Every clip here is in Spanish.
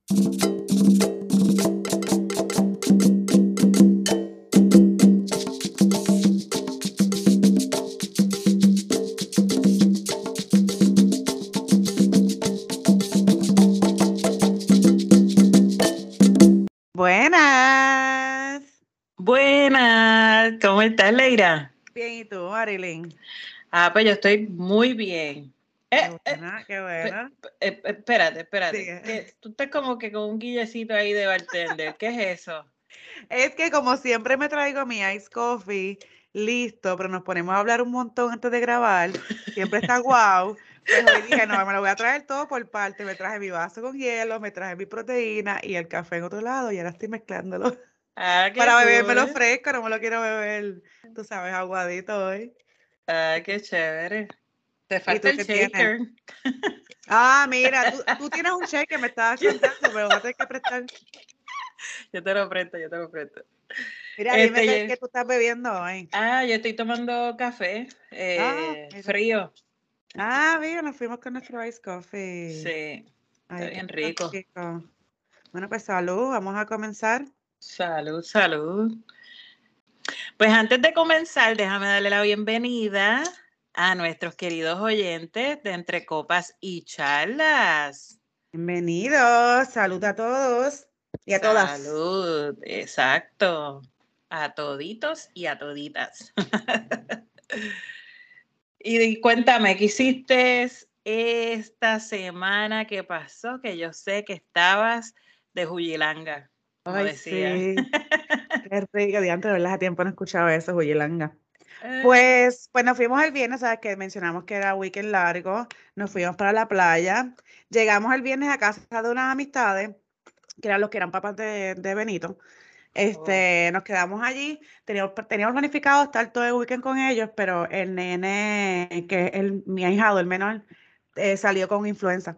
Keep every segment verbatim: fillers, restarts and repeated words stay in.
Buenas. Buenas, ¿cómo estás, Leira? Bien, ¿y tú, Marilyn? Ah, pues yo estoy muy bien. Eh, Qué eh, buena, qué pe- buena. pe- eh, espérate, espérate. Sigue. Que tú estás como que con un guillecito ahí de bartender. ¿Qué es eso? Es que como siempre me traigo mi ice coffee listo, pero nos ponemos a hablar un montón antes de grabar. Siempre está guau. Pues hoy dije, no, me lo voy a traer todo por parte. Me traje mi vaso con hielo, me traje mi proteína y el café en otro lado y ahora estoy mezclándolo Ah, qué para bebérmelo cool. fresco, no me lo quiero beber, tú sabes, aguadito hoy. Ah, qué chévere. Te ¿Y falta tú el qué tienes? shaker. Ah, mira, tú, tú tienes un shake que me estabas contando, pero voy a tener que prestar. Yo te lo presto, yo te lo presto. Mira, dime Este, qué, yo- qué tú estás bebiendo hoy. ah, yo estoy tomando café Ah, eh, mira. frío. Ah, mira, nos fuimos con nuestro ice coffee. Sí, está Ay, qué bien rico. rico. Bueno, pues salud, vamos a comenzar. Salud, salud. Pues antes de comenzar, déjame darle la bienvenida a nuestros queridos oyentes de Entre Copas y Charlas. Bienvenidos, salud a todos y a todas. Salud, exacto. A toditos y a toditas. Y cuéntame, ¿qué hiciste esta semana que pasó? Que yo sé que estabas de Juyilanga, como Ay, decía. sí, qué rico, diantre, ¿verdad? Hace tiempo no escuchaba eso, Juyilanga. Eh, Pues, pues nos fuimos el viernes, sabes que mencionamos que era weekend largo, nos fuimos para la playa, llegamos el viernes a casa de unas amistades, que eran los que eran papás de, de Benito. oh, Este, nos quedamos allí, teníamos, teníamos planificado estar todo el weekend con ellos, pero el nene, que es el, mi ahijado, el menor, eh, salió con influenza.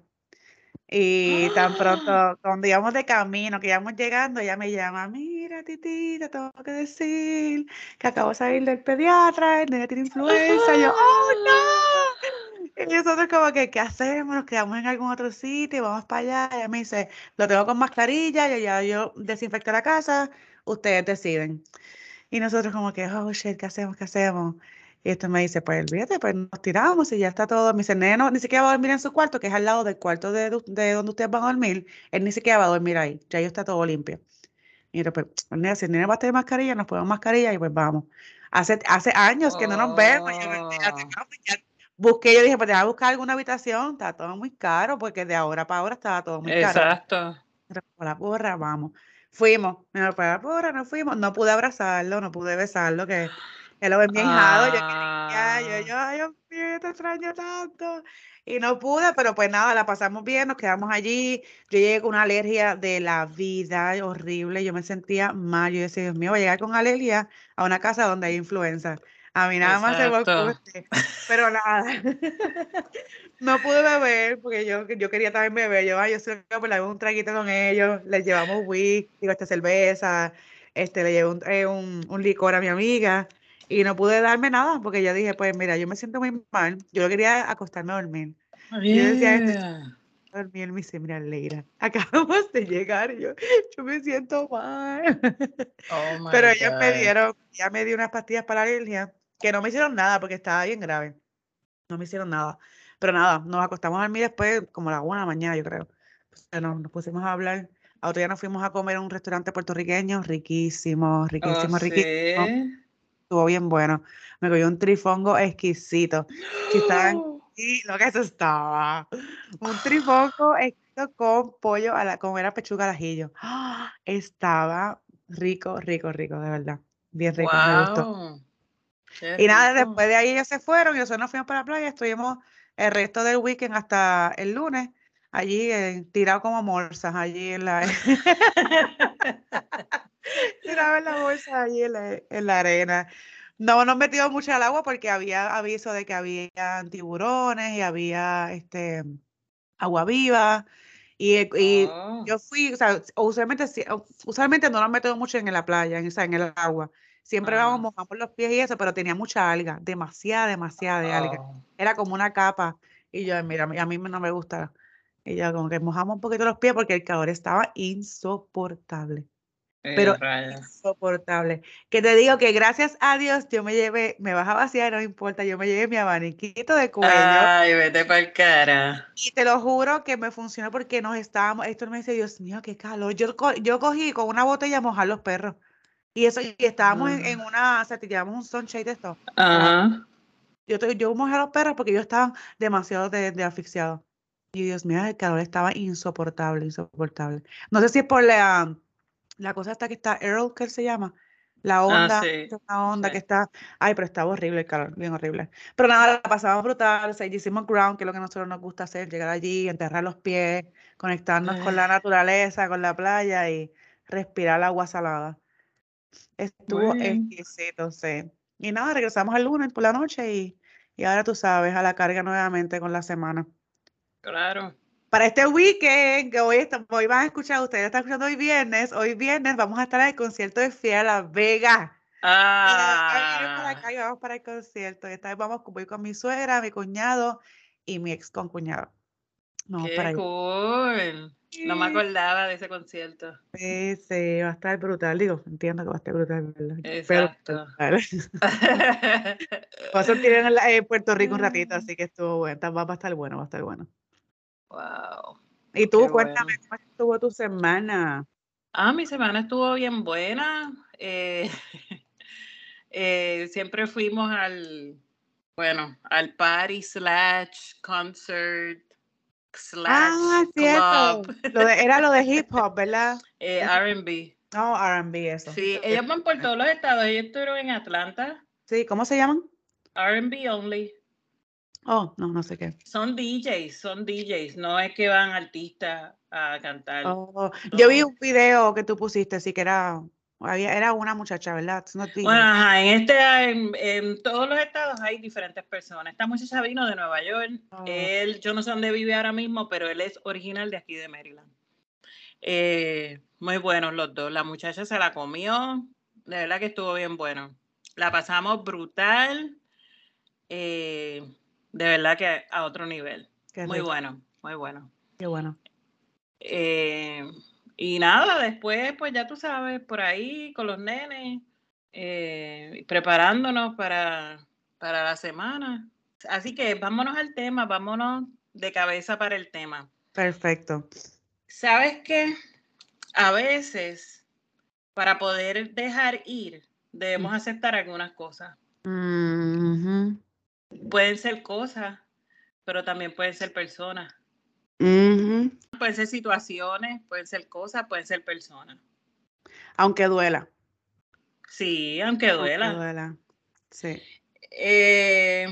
Y tan pronto, cuando íbamos de camino, que íbamos llegando, ella me llama, mira, Titi, te tengo que decir que acabo de salir del pediatra, el nene tiene influenza. Y yo, ¡oh, no! Y nosotros como que, ¿qué hacemos? ¿Nos quedamos en algún otro sitio? Vamos para allá. Ella me dice, lo tengo con mascarilla, ya, ya yo desinfecté la casa, ustedes deciden. Y nosotros como que, oh, shit, ¿qué hacemos? ¿Qué hacemos? Y esto me dice, pues olvídate, pues nos tiramos y ya está todo. Me dice, nene, no, ni siquiera va a dormir en su cuarto, que es al lado del cuarto de, du- de donde ustedes van a dormir. Él ni siquiera va a dormir ahí, ya ahí está todo limpio. Y yo, pues, nene, si el nene va a tener mascarilla, nos ponemos mascarilla y pues vamos. Hace, hace años que no nos vemos. Yo, "Fíjate, oh. no, pues ya". Busqué, yo dije, pues déjame buscar alguna habitación, está todo muy caro, porque de ahora para ahora estaba todo muy caro. Exacto. Pero por la porra, vamos. Fuimos, me por la porra, nos fuimos. No pude abrazarlo, no pude besarlo, que él lo ven bien hijado. Yo quería, yo, Ah, yo, ay, Dios mío, te extraño tanto. Y no pude, pero pues nada, la pasamos bien, nos quedamos allí. Yo llegué con una alergia de la vida horrible. Yo me sentía mal. Yo decía, Dios mío, voy a llegar con alergia a una casa donde hay influenza. A mí nada más se me exacto. ocurre. Pero nada. No pude beber porque yo, yo quería también beber. Yo, ay, yo soy pues, le hago un traguito con ellos, les llevamos whisky, digo, esta cerveza, este, le llevé un, eh, un, un licor a mi amiga y no pude darme nada porque yo dije, pues mira, yo me siento muy mal, yo quería acostarme a dormir. Y yo decía, esto, Yeah. dormir, me dice, mira, Leira, acabamos de llegar y yo, yo me siento mal. Oh my Pero ellos me God. dieron, ya me dio unas pastillas para la alergia que no me hicieron nada porque estaba bien grave. No me hicieron nada. Pero nada, nos acostamos a dormir después, como a la una de la mañana, yo creo. Nos, nos pusimos a hablar. A otro día nos fuimos a comer a un restaurante puertorriqueño, riquísimo, Oh, riquísimo, riquísimo. sí. Estuvo bien bueno. Me cogió un trifongo exquisito. Que estaban, y lo que eso estaba. Un trifongo exquisito con pollo, a la, como era pechuga al ajillo. ¡Ah! Estaba rico, rico, rico, de verdad. Bien rico, me gustó. Wow. Qué Y nada, rico. después de ahí ellos se fueron y nosotros nos fuimos para la playa, estuvimos el resto del weekend hasta el lunes, allí eh, tirados como morsas, allí en la, tirados en la bolsa, allí en la, en la arena. No nos metimos mucho al agua porque había aviso de que había tiburones y había este agua viva. Y, y Oh, yo fui, o sea, usualmente, sí- usualmente no nos metemos mucho en la playa, en, esa- en el agua. Siempre vamos, ah, mojamos los pies y eso, pero tenía mucha alga, demasiada, demasiada de alga. oh. Era como una capa. Y yo, mira, a mí a mí no me gusta Y ya como que mojamos un poquito los pies porque el calor estaba insoportable. Eh, Pero rayos. insoportable. Que te digo que gracias a Dios yo me llevé, me vas a vaciar, no importa, yo me llevé mi abaniquito de cuello. Ay, vete pa'l cara. Y te lo juro que me funcionó porque nos estábamos, esto me dice, Dios mío, qué calor. Yo, co- yo cogí con una botella a mojar los perros. Y eso, y estábamos en, en una, o sea, te llevamos un sunshade de esto. para- Ajá. Yo, te- yo mojé a los perros porque ellos estaban demasiado de, de asfixiados. Y Dios mío, el calor estaba insoportable, insoportable. No sé si es por la, la cosa esta que está, Earl, ¿qué se llama? La Ah, onda, sí. una onda Sí. que está, ay, pero estaba horrible el calor, bien horrible. Pero nada, la pasamos brutal, o sea, hicimos ground, que es lo que a nosotros nos gusta hacer, llegar allí, enterrar los pies, conectarnos con la naturaleza, con la playa y respirar agua salada. Muy Estuvo bien. exquisito, sí. Y nada, regresamos el lunes por la noche y, y ahora tú sabes, a la carga nuevamente con la semana. Claro. Para este weekend, que hoy, está- hoy van a escuchar, ustedes están escuchando hoy viernes, hoy viernes vamos a estar en el concierto de Fiel Las Vegas. Y ahora viene para Ah, acá y vamos para el concierto. Y esta vez vamos, voy con mi suegra, mi cuñado y mi ex concuñado. Vamos para qué allá. cool. No me Sí, acordaba de ese concierto. sí, sí, va a estar brutal. Digo, entiendo que va a estar brutal, ¿verdad? Pero Exacto. brutal. Va a sentir en, la- en Puerto Rico un ratito, así que estuvo bueno. Va va a estar bueno, va a estar bueno. Wow, Y qué tú, bueno. cuéntame, ¿cómo estuvo tu semana? Ah, mi semana estuvo bien buena. Eh, eh, siempre fuimos al, bueno, al party slash concert Ah, slash cierto. club, Lo de, era lo de hip hop, ¿verdad? eh, De- R and B. No, R and B, eso. Sí, ellos van por todos los estados. Ellos estuvieron en Atlanta, Sí, ¿cómo se llaman? R and B only. Oh, no, no sé qué. Son D Js, son D Js. No es que van artistas a cantar. Oh, yo vi Son- un video que tú pusiste, sí que era, había, era una muchacha, ¿verdad? No Bueno, D J. ajá, en este, en, en todos los estados hay diferentes personas. Esta muchacha vino de Nueva York. Oh, Él, yo no sé dónde vive ahora mismo, pero él es original de aquí de Maryland. Eh, muy buenos los dos. La muchacha se la comió. De verdad que estuvo bien bueno. La pasamos brutal. Eh, de verdad que a otro nivel. qué Muy rico, bueno, muy bueno. qué bueno. Eh, y nada, después, pues ya tú sabes, por ahí con los nenes, eh, preparándonos para, para la semana. Así que vámonos al tema, vámonos de cabeza para el tema. Perfecto. ¿Sabes qué? A veces, para poder dejar ir, debemos aceptar algunas cosas. Mhm. Pueden ser cosas, pero también pueden ser personas. Mhm. Pueden ser situaciones, pueden ser cosas, pueden ser personas. Aunque duela. Sí, aunque Aunque duela. duela. Sí. Eh,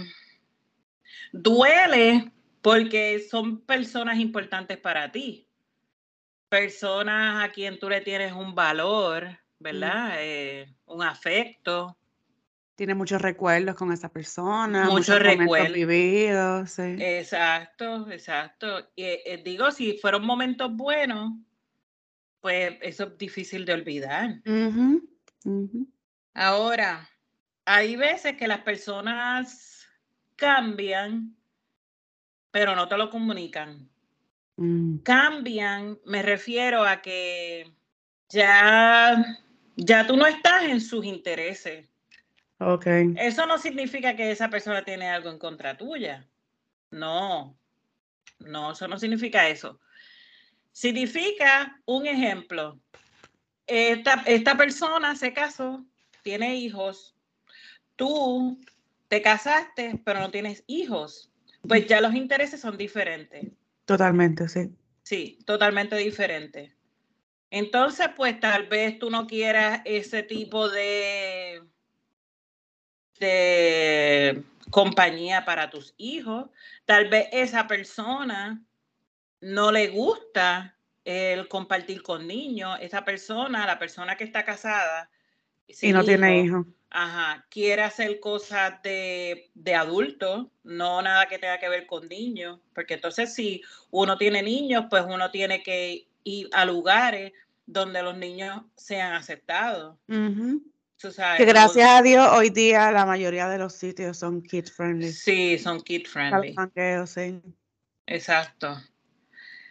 duele porque son personas importantes para ti. Personas a quien tú le tienes un valor, ¿verdad? Eh, un afecto. Tiene muchos recuerdos con esa persona, Mucho muchos momentos recuerdo. vividos, sí. Exacto, exacto. Y, eh, digo, si fueron momentos buenos, pues eso es difícil de olvidar. Ujú, ujú. Ahora, hay veces que las personas cambian, pero no te lo comunican. Mm, Cambian, me refiero a que ya, ya tú no estás en sus intereses. ok. Eso no significa que esa persona tiene algo en contra tuya. No, no, eso no significa eso. Significa un ejemplo. Esta, esta persona se casó, tiene hijos. Tú te casaste, pero no tienes hijos. Pues ya los intereses son diferentes. Totalmente, sí. Sí, totalmente diferentes. Entonces, pues tal vez tú no quieras ese tipo de, de compañía para tus hijos. Tal vez esa persona no le gusta el compartir con niños. Esa persona, la persona que está casada, Y sin no tiene hijos, hijos. ajá, quiere hacer cosas de, de adultos, no nada que tenga que ver con niños. Porque entonces si uno tiene niños, pues uno tiene que ir a lugares donde los niños sean aceptados. Ujú. Tú sabes, Que no, gracias a Dios hoy día la mayoría de los sitios son kid friendly. sí, son kid Para los friendly. jangueos, sí. Exacto.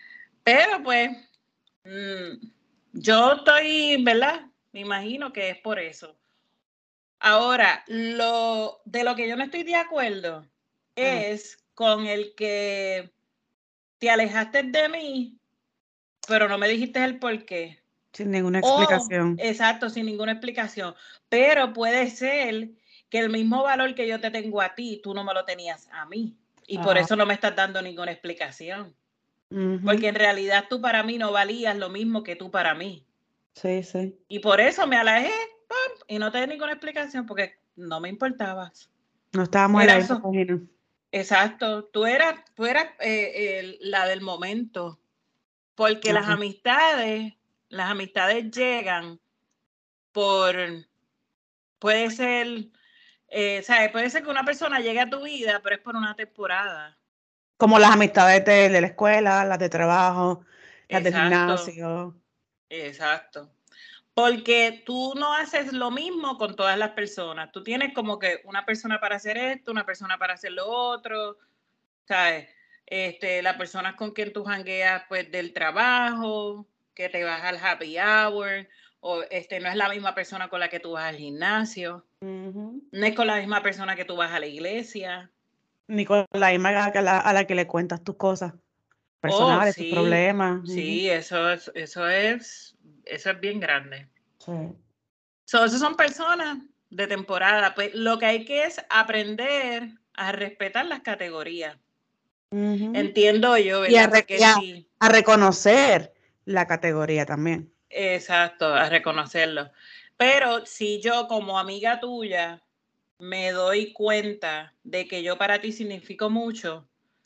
Pero pues, mmm, yo estoy, ¿verdad? Me imagino que es por eso. Ahora, lo de lo que yo no estoy de acuerdo es uh-huh. con el que te alejaste de mí, pero no me dijiste el por qué. Sin ninguna explicación. O, exacto, sin ninguna explicación. Pero puede ser que el mismo valor que yo te tengo a ti, tú no me lo tenías a mí. Y uh-huh. por eso no me estás dando ninguna explicación. Uh-huh. Porque en realidad tú para mí no valías lo mismo que tú para mí. Sí, sí. Y por eso me alejé, ¡pum! Y no te di ninguna explicación porque no me importabas. No estábamos Era en la misma página. Exacto. Tú eras, tú eras eh, eh, la del momento. Porque uh-huh. las amistades, las amistades llegan por, puede ser, eh, ¿sabes? Puede ser que una persona llegue a tu vida, pero es por una temporada. Como las amistades de, de la escuela, las de trabajo, las Exacto. del gimnasio. Exacto. Porque tú no haces lo mismo con todas las personas. Tú tienes como que una persona para hacer esto, una persona para hacer lo otro, ¿sabes? Este, las personas con quien tú jangueas, pues, del trabajo, que te vas al happy hour, o este, no es la misma persona con la que tú vas al gimnasio, uh-huh. no es con la misma persona que tú vas a la iglesia. Ni con la misma a la, a la que le cuentas tus cosas personales, oh, sí. tus problemas. Sí, uh-huh. eso, es, eso, es, eso es bien grande. Sí. So, esas son personas de temporada. Pues lo que hay que es aprender a respetar las categorías. Uh-huh. Entiendo yo, ¿verdad? Y, a, re- Porque y a, sí. a reconocer la categoría también. Exacto, a reconocerlo. Pero si yo como amiga tuya me doy cuenta de que yo para ti significo mucho,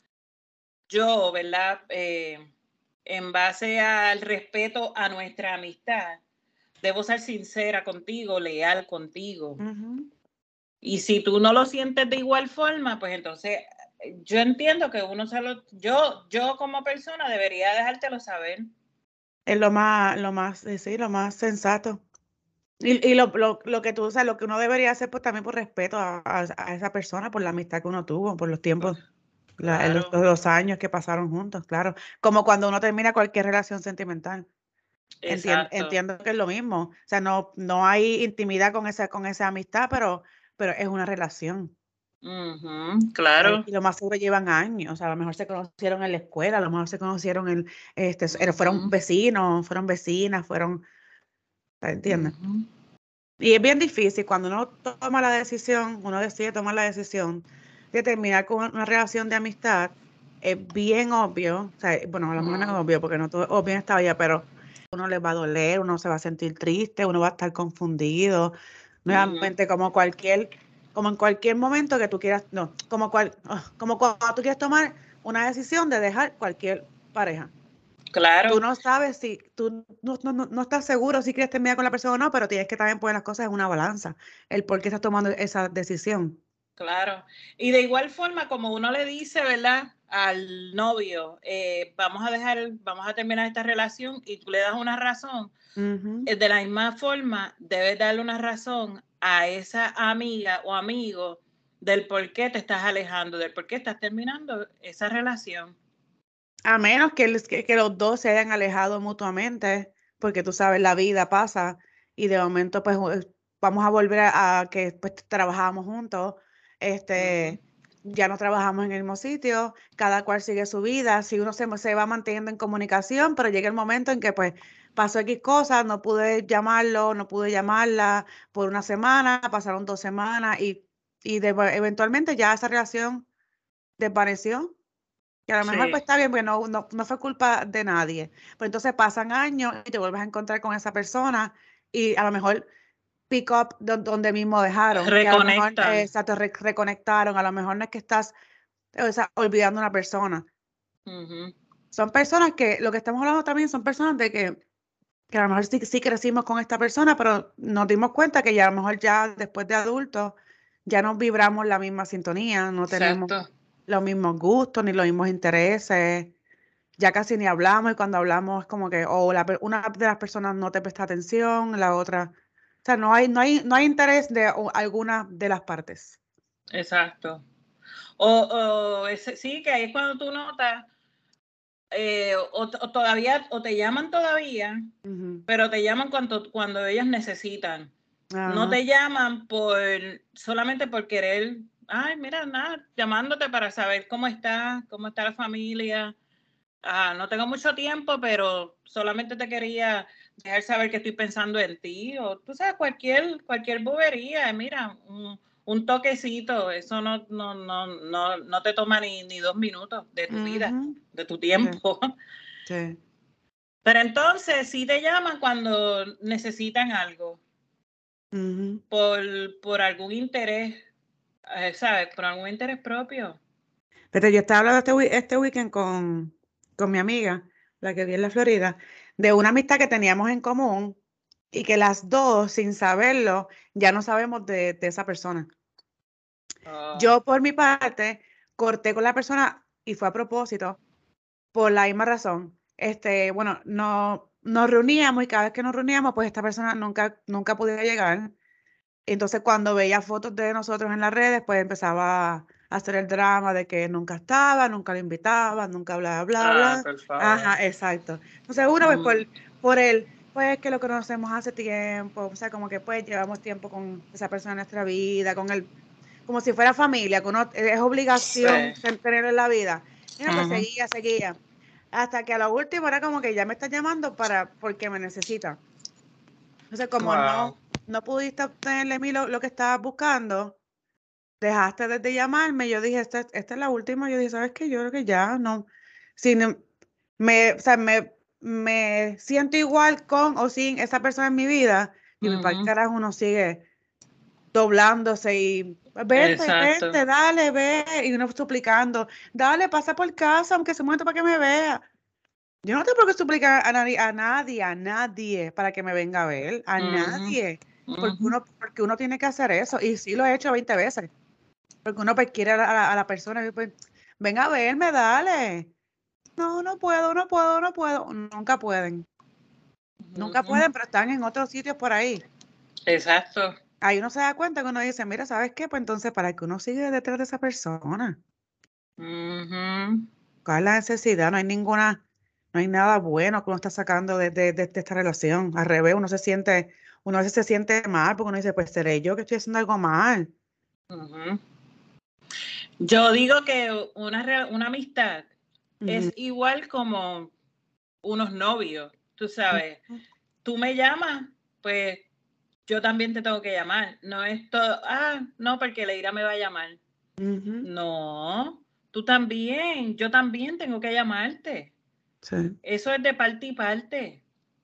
yo, ¿verdad? Eh, en base al respeto a nuestra amistad, debo ser sincera contigo, leal contigo. Uh-huh. Y si tú no lo sientes de igual forma, pues entonces yo entiendo que uno se lo, yo, yo como persona debería dejártelo saber. Es lo más, lo más, sí, lo más sensato. Y, y lo, lo, lo que tú, o sea, lo que uno debería hacer, pues también por respeto a, a, a esa persona, por la amistad que uno tuvo, por los tiempos, claro. la, los, los años que pasaron juntos, claro. Como cuando uno termina cualquier relación sentimental. Entiendo, entiendo que es lo mismo. O sea, no, no hay intimidad con esa, con esa amistad, pero, pero es una relación. Uh-huh, claro. Y lo más seguro llevan años. O sea, a lo mejor se conocieron en la escuela, a lo mejor se conocieron en, este, uh-huh. fueron vecinos, fueron vecinas, fueron, ¿entiendes? Uh-huh. Y es bien difícil cuando uno toma la decisión, uno decide tomar la decisión de terminar con una relación de amistad, es bien obvio, o sea, bueno, a lo mejor no es obvio porque no todo es obvio en esta vida, pero uno le va a doler, uno se va a sentir triste, uno va a estar confundido, nuevamente uh-huh. como cualquier, como en cualquier momento que tú quieras, no, como, cual, como cuando tú quieres tomar una decisión de dejar cualquier pareja. Claro. Tú no sabes si, tú no, no, no estás seguro si quieres terminar con la persona o no, pero tienes que también poner las cosas en una balanza, el por qué estás tomando esa decisión. Claro. Y de igual forma, como uno le dice, ¿verdad? Al novio, eh, vamos a dejar, vamos a terminar esta relación y tú le das una razón, uh-huh. de la misma forma, debes darle una razón a esa amiga o amigo del por qué te estás alejando, del por qué estás terminando esa relación. A menos que, que, que los dos se hayan alejado mutuamente, porque tú sabes, la vida pasa y de momento pues vamos a volver a, a que pues trabajábamos juntos, este, uh-huh. ya no trabajamos en el mismo sitio, cada cual sigue su vida, si uno se, se va manteniendo en comunicación, pero llega el momento en que pues pasó X cosas, no pude llamarlo, no pude llamarla por una semana, pasaron dos semanas y, y de, eventualmente ya esa relación desvaneció. Que a lo mejor sí. pues está bien, porque no, no, no fue culpa de nadie. Pero entonces pasan años y te vuelves a encontrar con esa persona y a lo mejor pick up donde, donde mismo dejaron. Que a lo mejor eh, exacto, re, reconectaron. A lo mejor no es que estás o sea, olvidando a una persona. Uh-huh. Son personas que, lo que estamos hablando también son personas de que, que a lo mejor sí, sí crecimos con esta persona, pero nos dimos cuenta que ya a lo mejor ya después de adultos ya no vibramos la misma sintonía, no tenemos exacto. los mismos gustos ni los mismos intereses, ya casi ni hablamos y cuando hablamos es como que o la, una de las personas no te presta atención, la otra, o sea, no hay, no hay, no hay interés de o, alguna de las partes. Exacto. O, o ese, sí, que ahí es cuando tú notas, eh, o, o todavía, o te llaman todavía, uh-huh. pero te llaman cuando, cuando ellas necesitan. Uh-huh. No te llaman por solamente por querer, ay, mira, nada, llamándote para saber cómo está, cómo está la familia. Ah, no tengo mucho tiempo, pero solamente te quería dejar saber que estoy pensando en ti, o tú sabes, cualquier, cualquier bobería, mira, un, un toquecito, eso no, no, no, no, no te toma ni, ni dos minutos de tu uh-huh. vida, de tu tiempo. Sí. Sí. Pero entonces sí te llaman cuando necesitan algo, uh-huh. por, por algún interés, ¿sabes? Por algún interés propio. Pero yo estaba hablando este, este weekend con, con mi amiga, la que vive en la Florida, de una amistad que teníamos en común y que las dos, sin saberlo, ya no sabemos de, de esa persona. Oh. Yo, por mi parte, corté con la persona y fue a propósito, por la misma razón. Este, bueno, no, nos reuníamos y cada vez que nos reuníamos, pues esta persona nunca, nunca podía llegar. Entonces, cuando veía fotos de nosotros en las redes, pues empezaba a hacer el drama de que nunca estaba, nunca lo invitaba, nunca bla, bla, bla. Ah, por favor. Ajá, exacto. Entonces, uno, pues, mm. por, por él, pues, que lo conocemos hace tiempo, o sea, como que, pues, llevamos tiempo con esa persona en nuestra vida, con él, como si fuera familia, que uno, es obligación sí. tenerlo en la vida. Y no, pues, uh-huh. seguía, seguía. Hasta que a lo último era como que ya me está llamando para, porque me necesita. Entonces, como wow. no... no pudiste obtenerle a mí lo, lo que estabas buscando, dejaste de, de llamarme, yo dije, esta, esta es la última, yo dije, ¿sabes qué? Yo creo que ya, no, si no, me, o sea, me, me siento igual con o sin esa persona en mi vida, y uh-huh. para el carajo uno sigue doblándose y, vente, Exacto. vente, dale, ve, y uno suplicando, dale, pasa por casa, aunque se momento para que me vea. Yo no tengo por qué suplicar a nadie, a nadie, a nadie para que me venga a ver, a uh-huh. nadie. Porque uno, porque uno tiene que hacer eso, y sí lo he hecho veinte veces, porque uno pues quiere a la, a la persona, y pues, ven a verme, dale. No, no puedo, no puedo, no puedo. Nunca pueden. Uh-huh. Nunca pueden, pero están en otros sitios por ahí. Exacto. Ahí uno se da cuenta que uno dice, mira, ¿sabes qué? Pues entonces, ¿para que uno sigue detrás de esa persona? Uh-huh. ¿Cuál es la necesidad? No hay ninguna, no hay nada bueno que uno está sacando de, de, de, de esta relación. Al revés, uno se siente... uno a veces se siente mal porque uno dice, pues seré yo que estoy haciendo algo mal. Uh-huh. Yo digo que una, una amistad uh-huh. es igual como unos novios, tú sabes. Uh-huh. Tú me llamas, pues yo también te tengo que llamar. No es todo, ah, no, porque Leira me va a llamar. Uh-huh. No, tú también, yo también tengo que llamarte. Sí. Eso es de parte y parte.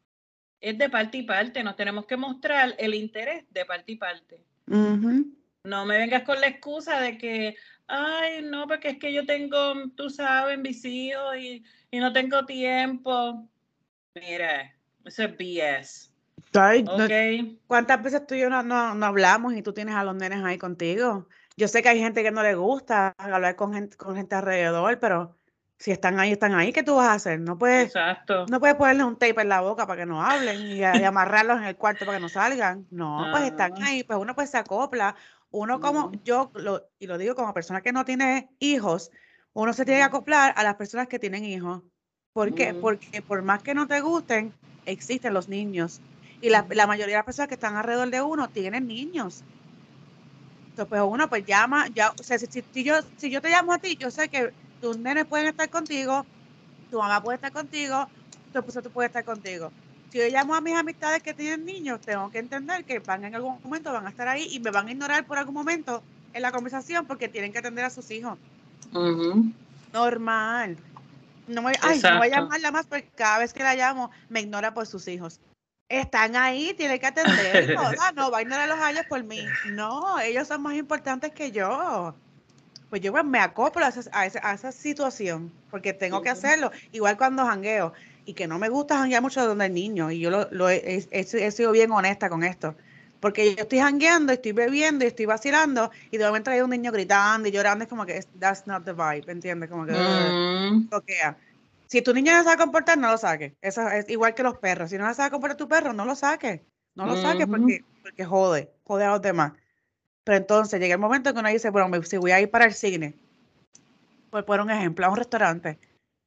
Es de parte y parte, nos tenemos que mostrar el interés de parte y parte. Uh-huh. No me vengas con la excusa de que, ay, no, porque es que yo tengo, tú sabes, mis hijos y, y no tengo tiempo. Mira, eso es B S. Ay, okay. no, ¿cuántas veces tú y yo no, no, no hablamos y tú tienes a los nenes ahí contigo? Yo sé que hay gente que no le gusta hablar con gente, con gente alrededor, pero si están ahí, están ahí, ¿qué tú vas a hacer? No puedes, Exacto. no puedes ponerles un tape en la boca para que no hablen y, y amarrarlos en el cuarto para que no salgan. No, uh-huh. pues están ahí, pues uno pues se acopla. Uno como, uh-huh. yo, lo, y lo digo como persona que no tiene hijos, uno se tiene que acoplar a las personas que tienen hijos. ¿Por qué? Uh-huh. Porque por más que no te gusten, existen los niños. Y la, la mayoría de las personas que están alrededor de uno tienen niños. Entonces, pues uno pues llama, ya, o sea, si, si, si, yo, si yo te llamo a ti, yo sé que tus nenes pueden estar contigo, tu mamá puede estar contigo, tu esposo puede estar contigo. Si yo llamo a mis amistades que tienen niños, tengo que entender que van en algún momento, van a estar ahí y me van a ignorar por algún momento en la conversación porque tienen que atender a sus hijos. Uh-huh. Normal. No me, ay, no voy a llamarla más porque cada vez que la llamo me ignora por sus hijos. Están ahí, tienen que atenderlos. Ah, no, va a ignorar los a ellos por mí. No, ellos son más importantes que yo. Pues yo pues, me acoplo a esa, a, esa, a esa situación porque tengo uh-huh. que hacerlo. Igual cuando jangueo. Y que no me gusta janguear mucho donde hay niños. Y yo lo, lo he, he, he, he sido bien honesta con esto. Porque yo estoy jangueando, estoy bebiendo y estoy vacilando. Y de momento hay un niño gritando y llorando. Es como que that's not the vibe, ¿entiendes? Como que uh-huh. toquea. Si tu niño no sabe comportar, no lo saques. Eso es igual que los perros. Si no sabe comportar tu perro, no lo saques. No lo saques uh-huh. porque, porque jode, jode a los demás. Pero entonces llega el momento que uno dice, bueno, si voy a ir para el cine, por poner un ejemplo, a un restaurante,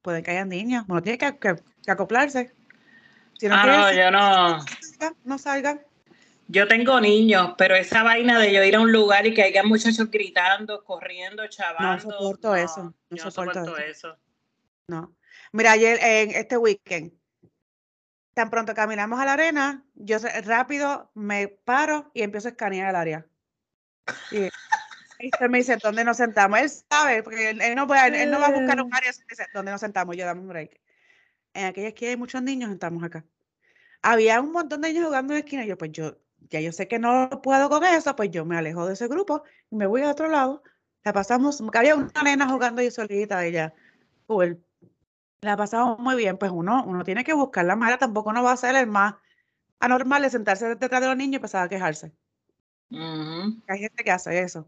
puede que haya niños, uno tiene que, que, que acoplarse. Si no ah, quieres, no, yo no. no salga, no salga. Yo tengo niños, pero esa vaina de yo ir a un lugar y que haya muchachos gritando, corriendo, No chavando, soporto no, eso, no yo no soporto soporto eso. eso. No. Mira, ayer en este weekend, tan pronto caminamos a la arena, yo sé- rápido me paro y empiezo a escanear el área. Y y usted me dice, ¿dónde nos sentamos? Él sabe, porque él, él no, puede- él no va a buscar un área, se dice, ¿dónde nos sentamos? Yo, dame un break. En aquella esquina hay muchos niños, sentamos acá. Había un montón de niños jugando en la esquina. Yo, pues yo, ya yo sé que no puedo con eso, pues yo me alejo de ese grupo y me voy a otro lado. La pasamos, que había una nena jugando ahí solita, ella, cool. La pasamos muy bien, pues uno, uno tiene que buscar la manera, tampoco no va a ser el más anormal de sentarse detrás de los niños y empezar a quejarse. Ujú, Hay gente que hace eso.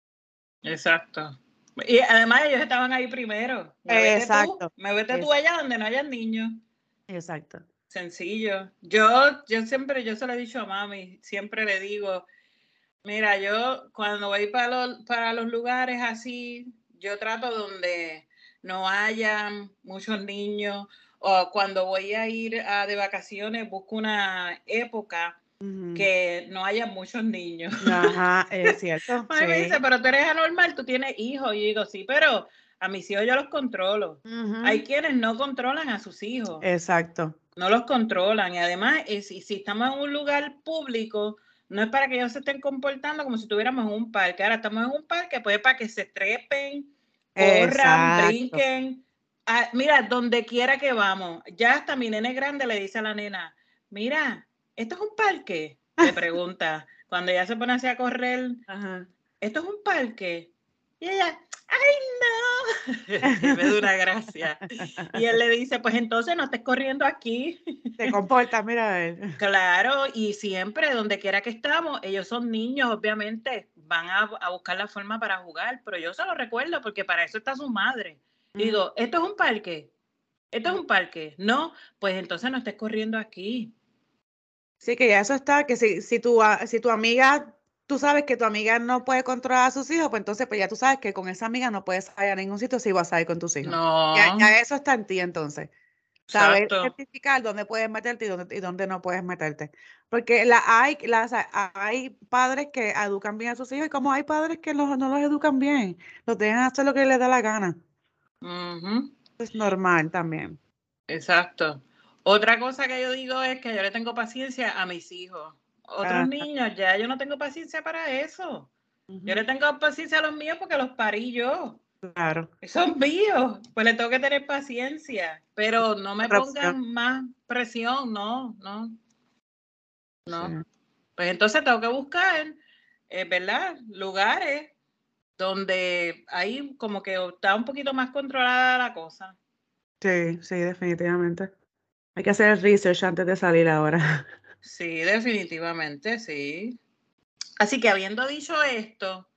exacto. Y además ellos estaban ahí primero. Muévete tú, Exacto, muévete tú es- allá donde no hayan niños. exacto. Sencillo. Yo, yo siempre, yo se lo he dicho a mami, siempre le digo, mira, yo cuando voy para los, para los lugares así, yo trato donde no hayan muchos niños, o cuando voy a ir a, de vacaciones, busco una época Ujú. que no haya muchos niños. Ajá, es cierto. Mami me dice, Sí. pero tú eres anormal, tú tienes hijos. Y yo digo, sí, pero a mis hijos yo los controlo. Ujú. Hay quienes no controlan a sus hijos. Exacto. No los controlan. Y además, eh, si, si estamos en un lugar público, no es para que ellos se estén comportando como si estuviéramos en un parque. Ahora estamos en un parque, pues para que se trepen, corran, Exacto. brinquen. Ah, mira, donde quiera que vamos. Ya hasta mi nene grande le dice a la nena, mira, ¿esto es un parque? Le pregunta. Cuando ella se pone así a correr, Ajá. ¿esto es un parque? Y ella, ¡ay, no! Me da una gracia. Y él le dice, pues entonces no estés corriendo aquí. Se comporta, mira a ver. Claro, y siempre, donde quiera que estamos, ellos son niños, obviamente, van a, a buscar la forma para jugar, pero yo se lo recuerdo porque para eso está su madre. Y digo, ¿esto es un parque? ¿Esto es un parque? No, pues entonces no estés corriendo aquí. Sí, que ya eso está, que si, si, tu, a- si tu amiga, tú sabes que tu amiga no puede controlar a sus hijos, pues entonces pues ya tú sabes que con esa amiga no puedes salir a ningún sitio si vas a ir con tus hijos. Ya, No, ya eso está en ti entonces. Saber exacto. identificar dónde puedes meterte y dónde, y dónde no puedes meterte. Porque la, hay, las, hay padres que educan bien a sus hijos y como hay padres que no, no los educan bien, los dejan hacer lo que les da la gana. Ujú, Es normal también. exacto. Otra cosa que yo digo es que yo le tengo paciencia a mis hijos. Otros Ah, niños, ya yo no tengo paciencia para eso. Yo ujú, le tengo paciencia a los míos porque los parí yo. claro. Son míos, pues le tengo que tener paciencia, pero no me Otra opción. pongan más presión, no, no, no. Sí. Pues entonces tengo que buscar, eh, ¿verdad? Lugares donde ahí como que está un poquito más controlada la cosa. Sí, sí, definitivamente. Hay que hacer el research antes de salir ahora. Sí, definitivamente, sí. Así que habiendo dicho esto,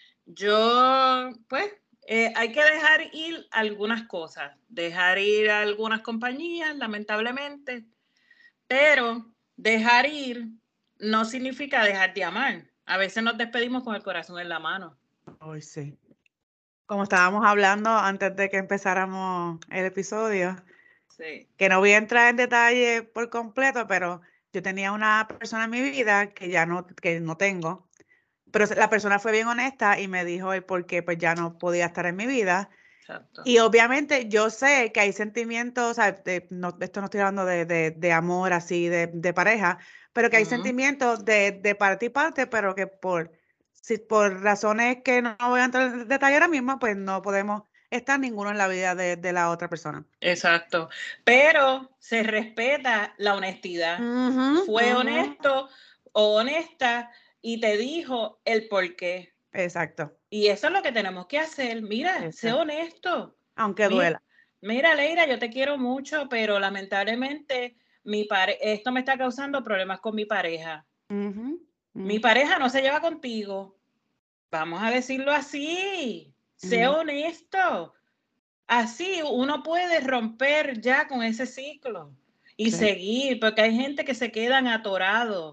yo, pues, eh, hay que dejar ir algunas cosas, dejar ir algunas compañías, lamentablemente, pero dejar ir no significa dejar de amar. A veces nos despedimos con el corazón en la mano. Hoy sí. Como estábamos hablando antes de que empezáramos el episodio, Sí. que no voy a entrar en detalle por completo, pero yo tenía una persona en mi vida que ya no, que no tengo, pero la persona fue bien honesta y me dijo el por qué pues ya no podía estar en mi vida. Exacto. Y obviamente yo sé que hay sentimientos, o sea, de- no, esto no estoy hablando de, de, de amor así, de, de pareja, pero que hay Ujú. sentimientos de, de parte y parte, pero que por, si, por razones que no voy a entrar en detalle ahora mismo, pues no podemos estar ninguno en la vida de, de la otra persona. Exacto. Pero se respeta la honestidad. Ujú, Fue ujú. honesto o honesta y te dijo el por qué. Exacto, Y eso es lo que tenemos que hacer. Mira, sé exacto. honesto. Aunque Mira, duela. mira, Leira, yo te quiero mucho, pero lamentablemente mi pare esto me está causando problemas con mi pareja. Ujú, Mi ujú, pareja no se lleva contigo. Vamos a decirlo así. Sé ujú. honesto. Así uno puede romper ya con ese ciclo y Sí, seguir, porque hay gente que se quedan atorados,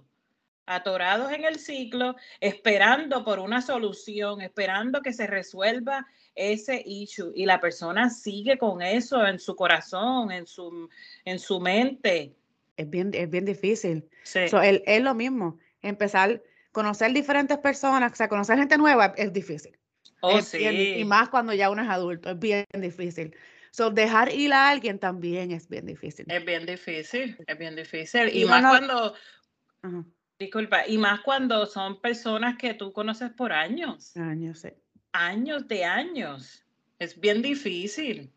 atorados en el ciclo, esperando por una solución, esperando que se resuelva ese issue y la persona sigue con eso en su corazón, en su, en su mente. Es bien, es bien difícil. Sí. So, es, es lo mismo. Empezar, conocer diferentes personas, o sea, conocer gente nueva es difícil. Oh, Es bien di- y sí. más cuando ya uno es adulto, es bien difícil. So, dejar ir a alguien también es bien difícil. Es bien difícil, es bien difícil. Y, Y más uno- cuando, Ajá. disculpa, y más cuando son personas que tú conoces por años. Años, sí. Años de años. Es bien difícil.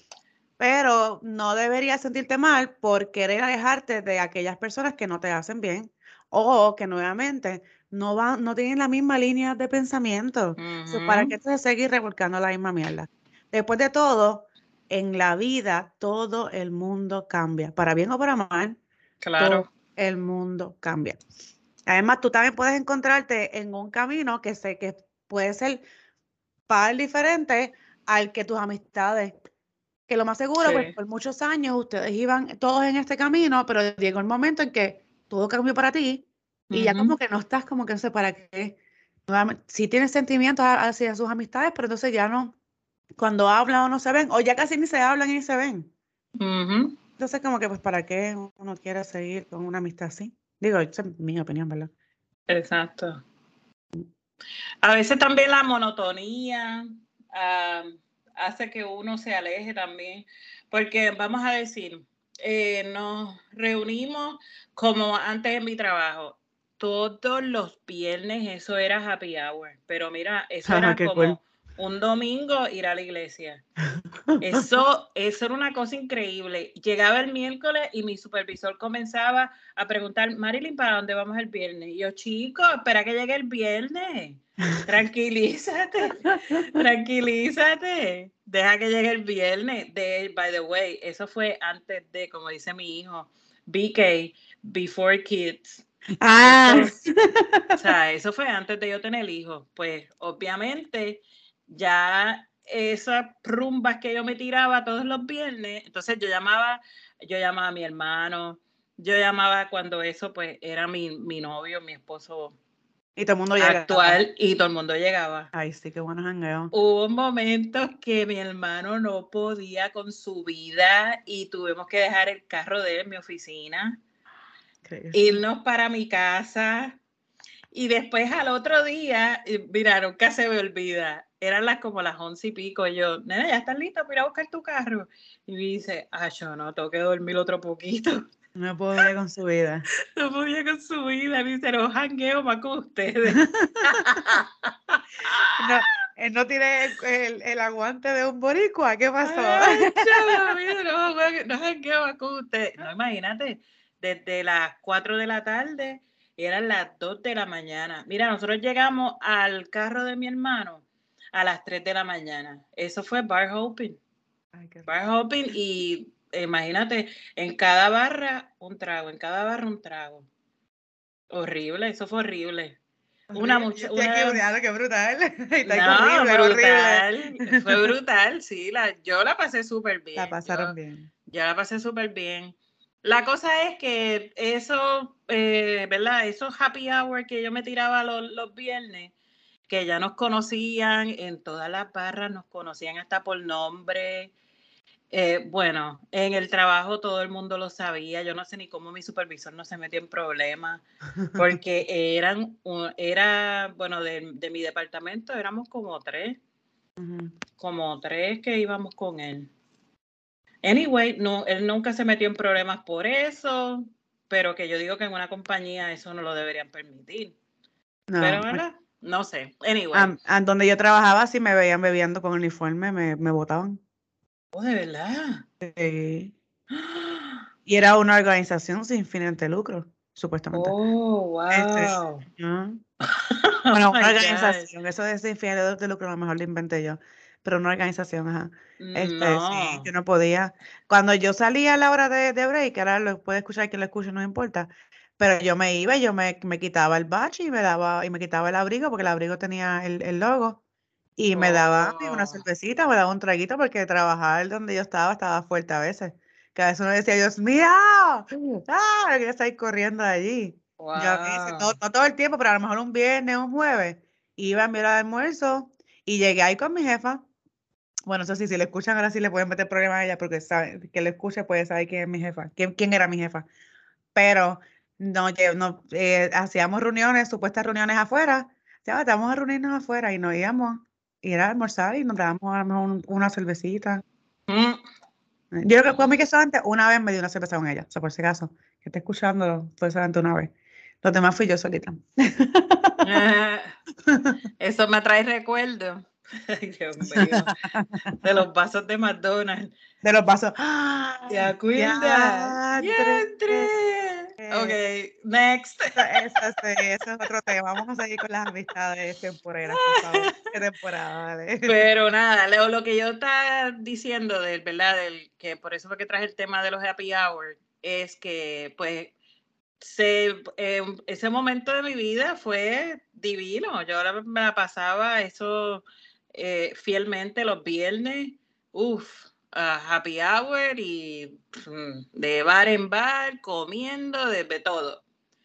Pero no deberías sentirte mal por querer alejarte de aquellas personas que no te hacen bien o que nuevamente no van, no tienen la misma línea de pensamiento. So, ¿para qué Ujú. te seguir revolcando la misma mierda? Después de todo, en la vida todo el mundo cambia, para bien o para mal, Claro. todo el mundo cambia. Además, tú también puedes encontrarte en un camino que sé que puede ser par diferente al que tus amistades, que lo más seguro, pues Sí. por muchos años ustedes iban todos en este camino, pero llegó el momento en que todo cambió para ti y ya como Ujú. que no estás como que no sé para qué. Nuevamente, sí tienes sentimientos a- hacia sus amistades, pero entonces ya no, cuando hablan o no se ven, o ya casi ni se hablan ni se ven. Ujú. Entonces como que pues para qué uno quiere seguir con una amistad así. Digo, esa es mi opinión, ¿verdad? Exacto. A veces también la monotonía ah, hace que uno se aleje también, porque vamos a decir, eh, nos reunimos como antes en mi trabajo. Todos los viernes eso era happy hour, pero mira, eso Ajá, era qué cool. como un domingo ir a la iglesia. Eso, eso era una cosa increíble. Llegaba el miércoles y mi supervisor comenzaba a preguntar, Marilyn, ¿para dónde vamos el viernes? Y yo, chico, espera que llegue el viernes. Tranquilízate, tranquilízate. Deja que llegue el viernes. De, by the way, eso fue antes de, como dice mi hijo, B K, Before Kids. Ah. Eso, o sea, eso fue antes de yo tener hijos. Pues obviamente ya esas rumbas que yo me tiraba todos los viernes, entonces yo llamaba, yo llamaba a mi hermano, yo llamaba cuando eso pues era mi, mi novio, mi esposo Y todo el mundo llega. actual y todo el mundo llegaba. Ay, sí, qué buenos jangueos. Hubo momentos que mi hermano no podía con su vida y tuvimos que dejar el carro de él en mi oficina, irnos para mi casa. Y después al otro día, mira, nunca se me olvida, eran las como las once y pico, y yo, nena, ¿ya estás lista para ir a buscar tu carro? Y me dice, ah, yo no, tengo que dormir otro poquito. No podía con su vida. No podía con su vida, me dice, no jangueo más con ustedes. No, él no tiene el, el, el aguante de un boricua, ¿qué pasó? Ay, chava, mira, no, no jangueo más con ustedes. No, imagínate, desde las cuatro de la tarde, eran las dos de la mañana. Mira, nosotros llegamos al carro de mi hermano a las tres de la mañana. Eso fue bar hopping. Ay, qué rico. Bar hopping y eh, imagínate, en cada barra un trago, en cada barra un trago. Horrible, eso fue horrible. Una Horrible. mucha, Yo estoy aquí una, brutal, qué brutal. Está no, horrible, brutal, horrible. fue brutal, sí, la, yo la pasé súper bien. La pasaron yo, bien. yo la pasé súper bien. La cosa es que eso, eh, ¿verdad? Esos happy hour que yo me tiraba los, los viernes, que ya nos conocían en todas las barras, nos conocían hasta por nombre. Eh, bueno, en el trabajo todo el mundo lo sabía. Yo no sé ni cómo mi supervisor no se metió en problemas, porque eran, un- era, bueno, de, de mi departamento éramos como tres, Ujú. como tres que íbamos con él. Anyway, no, él nunca se metió en problemas por eso, pero que yo digo que en una compañía eso no lo deberían permitir. No, Pero, ¿verdad? No sé. Anyway. a, a donde yo trabajaba, si me veían bebiendo con uniforme, me, me botaban. Oh, ¿de verdad? Sí. Y era una organización sin fines de lucro, supuestamente. Oh, wow. Este, ajá. Bueno, Oh, una my organización, eso de sin fines de- de lucro a lo mejor lo inventé yo, pero una organización, ajá. gosh. Este, sí, No. yo no podía. Cuando yo salía a la hora de, de break, ahora lo puede escuchar quien lo escuche, no importa, pero yo me iba y yo me, me quitaba el badge y me daba, y me quitaba el abrigo, porque el abrigo tenía el, el logo, y me daba una Oh. cervecita, me daba un traguito, porque trabajar donde yo estaba estaba fuerte a veces. Que a veces uno decía, Dios mío, ¡ah! Quería salir corriendo de allí. Yo a veces, no, Wow. no todo el tiempo, pero a lo mejor un viernes, un jueves, iba a mi hora de almuerzo y llegué ahí con mi jefa Bueno, eso sí, si le escuchan ahora sí le pueden meter problema a ella porque sabe, que le escuche puede saber quién es mi jefa, quién, quién era mi jefa. Pero no, lle- no eh, hacíamos reuniones, supuestas reuniones afuera. Ya, vamos a reunirnos afuera y nos íbamos, ir a almorzar y nos dábamos a lo mejor un- una cervecita. Mm. Yo creo que conmigo que solamente una vez me dio una cerveza con ella, o sea, por si acaso, que esté escuchando, fue solamente una vez. Los demás fui yo solita. Ah, eso me trae recuerdo. Ay, Dios mío. De los vasos de McDonald's. De los vasos. ¿Te ¡Ah! acuerdas? ¡Diantre! ¡Diantre! Ok, next. Eso, eso, sí, eso es otro tema. Vamos a seguir con las amistades temporeras, por favor. ¿Qué temporada, vale? Pero nada, lo, lo que yo estaba diciendo del, ¿verdad? Del, que por eso fue que traje el tema de los happy hour, es que pues se, eh, ese momento de mi vida fue divino. Yo la- me la pasaba eso eh, fielmente los viernes, uff, happy hour y mm, de bar en bar, comiendo, de, de todo.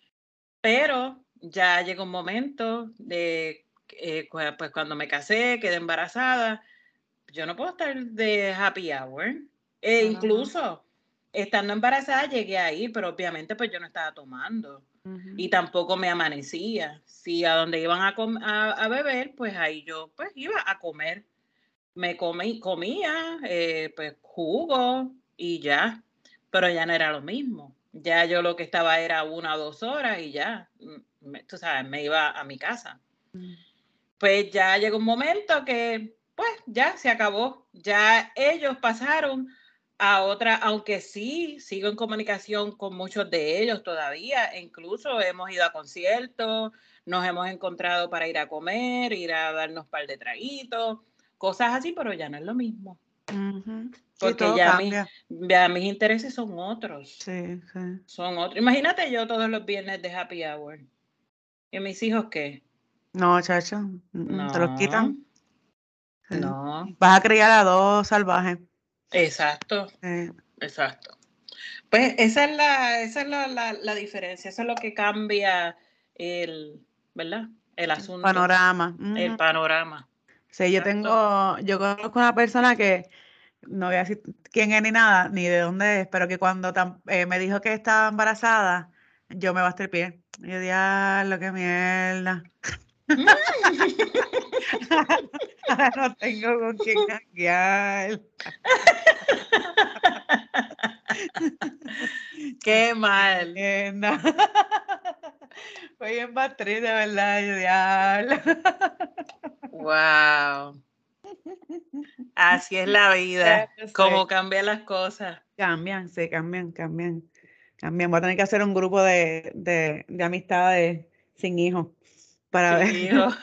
Pero ya llegó un momento de, eh, cu- pues cuando me casé, quedé embarazada, yo no puedo estar de happy hour. E Ajá. incluso estando embarazada llegué a ir, pero obviamente pues yo no estaba tomando Ujú. y tampoco me amanecía. Si a donde iban a, com- a, a beber, pues ahí yo pues iba a comer. Me comí, comía eh, pues jugo y ya, pero ya no era lo mismo. Ya yo lo que estaba era una o dos horas y ya, mm, me- tú sabes, me iba a mi casa. Mm. Pues ya llegó un momento que, pues ya se acabó. Ya ellos pasaron a otra, aunque sí sigo en comunicación con muchos de ellos todavía, e incluso hemos ido a conciertos, nos hemos encontrado para ir a comer, ir a darnos un par de traguitos, cosas así, pero ya no es lo mismo. Ujú. Sí, Porque todo ya, mi, cambia. ya mis intereses son otros. Sí, sí. Son otros. Imagínate yo todos los viernes de happy hour. ¿Y mis hijos qué? No, chacho, mm, mm, te los No, quitan. Sí. no. Vas a criar a dos salvajes. Exacto, Sí. exacto. Pues esa es la, esa es la, la, la diferencia, eso es lo que cambia el, ¿verdad? El asunto, Panorama. el Ujú. panorama. Sí, yo Exacto. tengo, yo conozco una persona que no voy a decir quién es ni nada, ni de dónde es, pero que cuando tam- eh, me dijo que estaba embarazada, yo me basté el pie. Y yo, diablo, qué mierda. Ahora no tengo con quién janguear. Qué mal. Mierda. Fue bien batriz, de verdad, yo, diablo. Wow. Así es la vida, Ya sé. cómo cambian las cosas. Cambian, sí, cambian, cambian. Cambian. Voy a tener que hacer un grupo de, de, de amistades sin hijos para ver. Sí, hijo.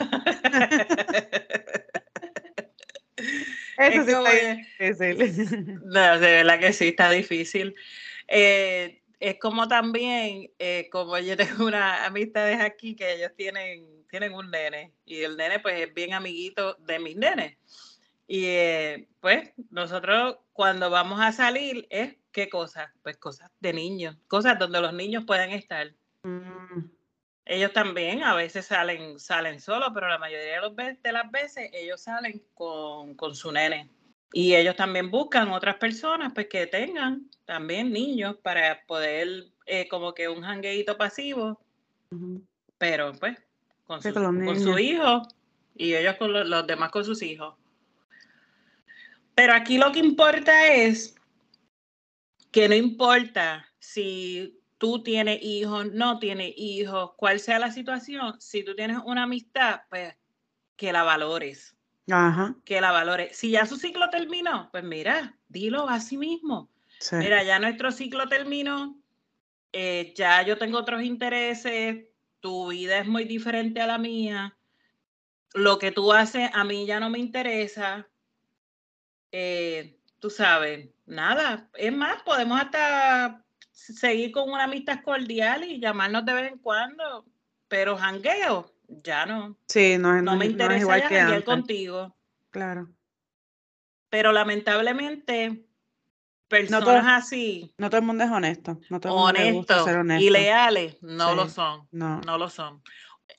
Eso Es sí está como bien que, difícil. no, de verdad que sí, está difícil. Eh, es como también, eh, como yo tengo unas amistades aquí que ellos tienen, tienen un nene y el nene pues es bien amiguito de mis nenes. Y eh, pues nosotros cuando vamos a salir es, ¿qué cosas? Pues cosas de niños, cosas donde los niños pueden estar. Mm. Ellos también a veces salen, salen solos, pero la mayoría de, los, de las veces ellos salen con, con su nene. Y ellos también buscan otras personas pues que tengan también niños para poder eh, como que un jangueíto pasivo, Ujú. pero pues con, Sí, sus, con los con su niños. hijo y ellos con los, los demás con sus hijos. Pero aquí lo que importa es que no importa si tú tienes hijos, no tienes hijos, cuál sea la situación, si tú tienes una amistad, pues que la valores. Ajá. Que la valores. Si ya su ciclo terminó, pues mira, dilo a sí mismo. Sí. Mira, ya nuestro ciclo terminó, eh, ya yo tengo otros intereses, tu vida es muy diferente a la mía, lo que tú haces a mí ya no me interesa, eh, tú sabes, nada, es más, podemos hasta seguir con una amistad cordial y llamarnos de vez en cuando, pero jangueo, ya no. Sí, no, es- No no, me es- no es interesa igual ya que janguear antes. contigo. Claro. Pero lamentablemente, No todo, personas así, no todo el mundo es honesto. No todo el mundo le gusta ser honestos y honesto. leales, no lo Sí. son. No. No lo son.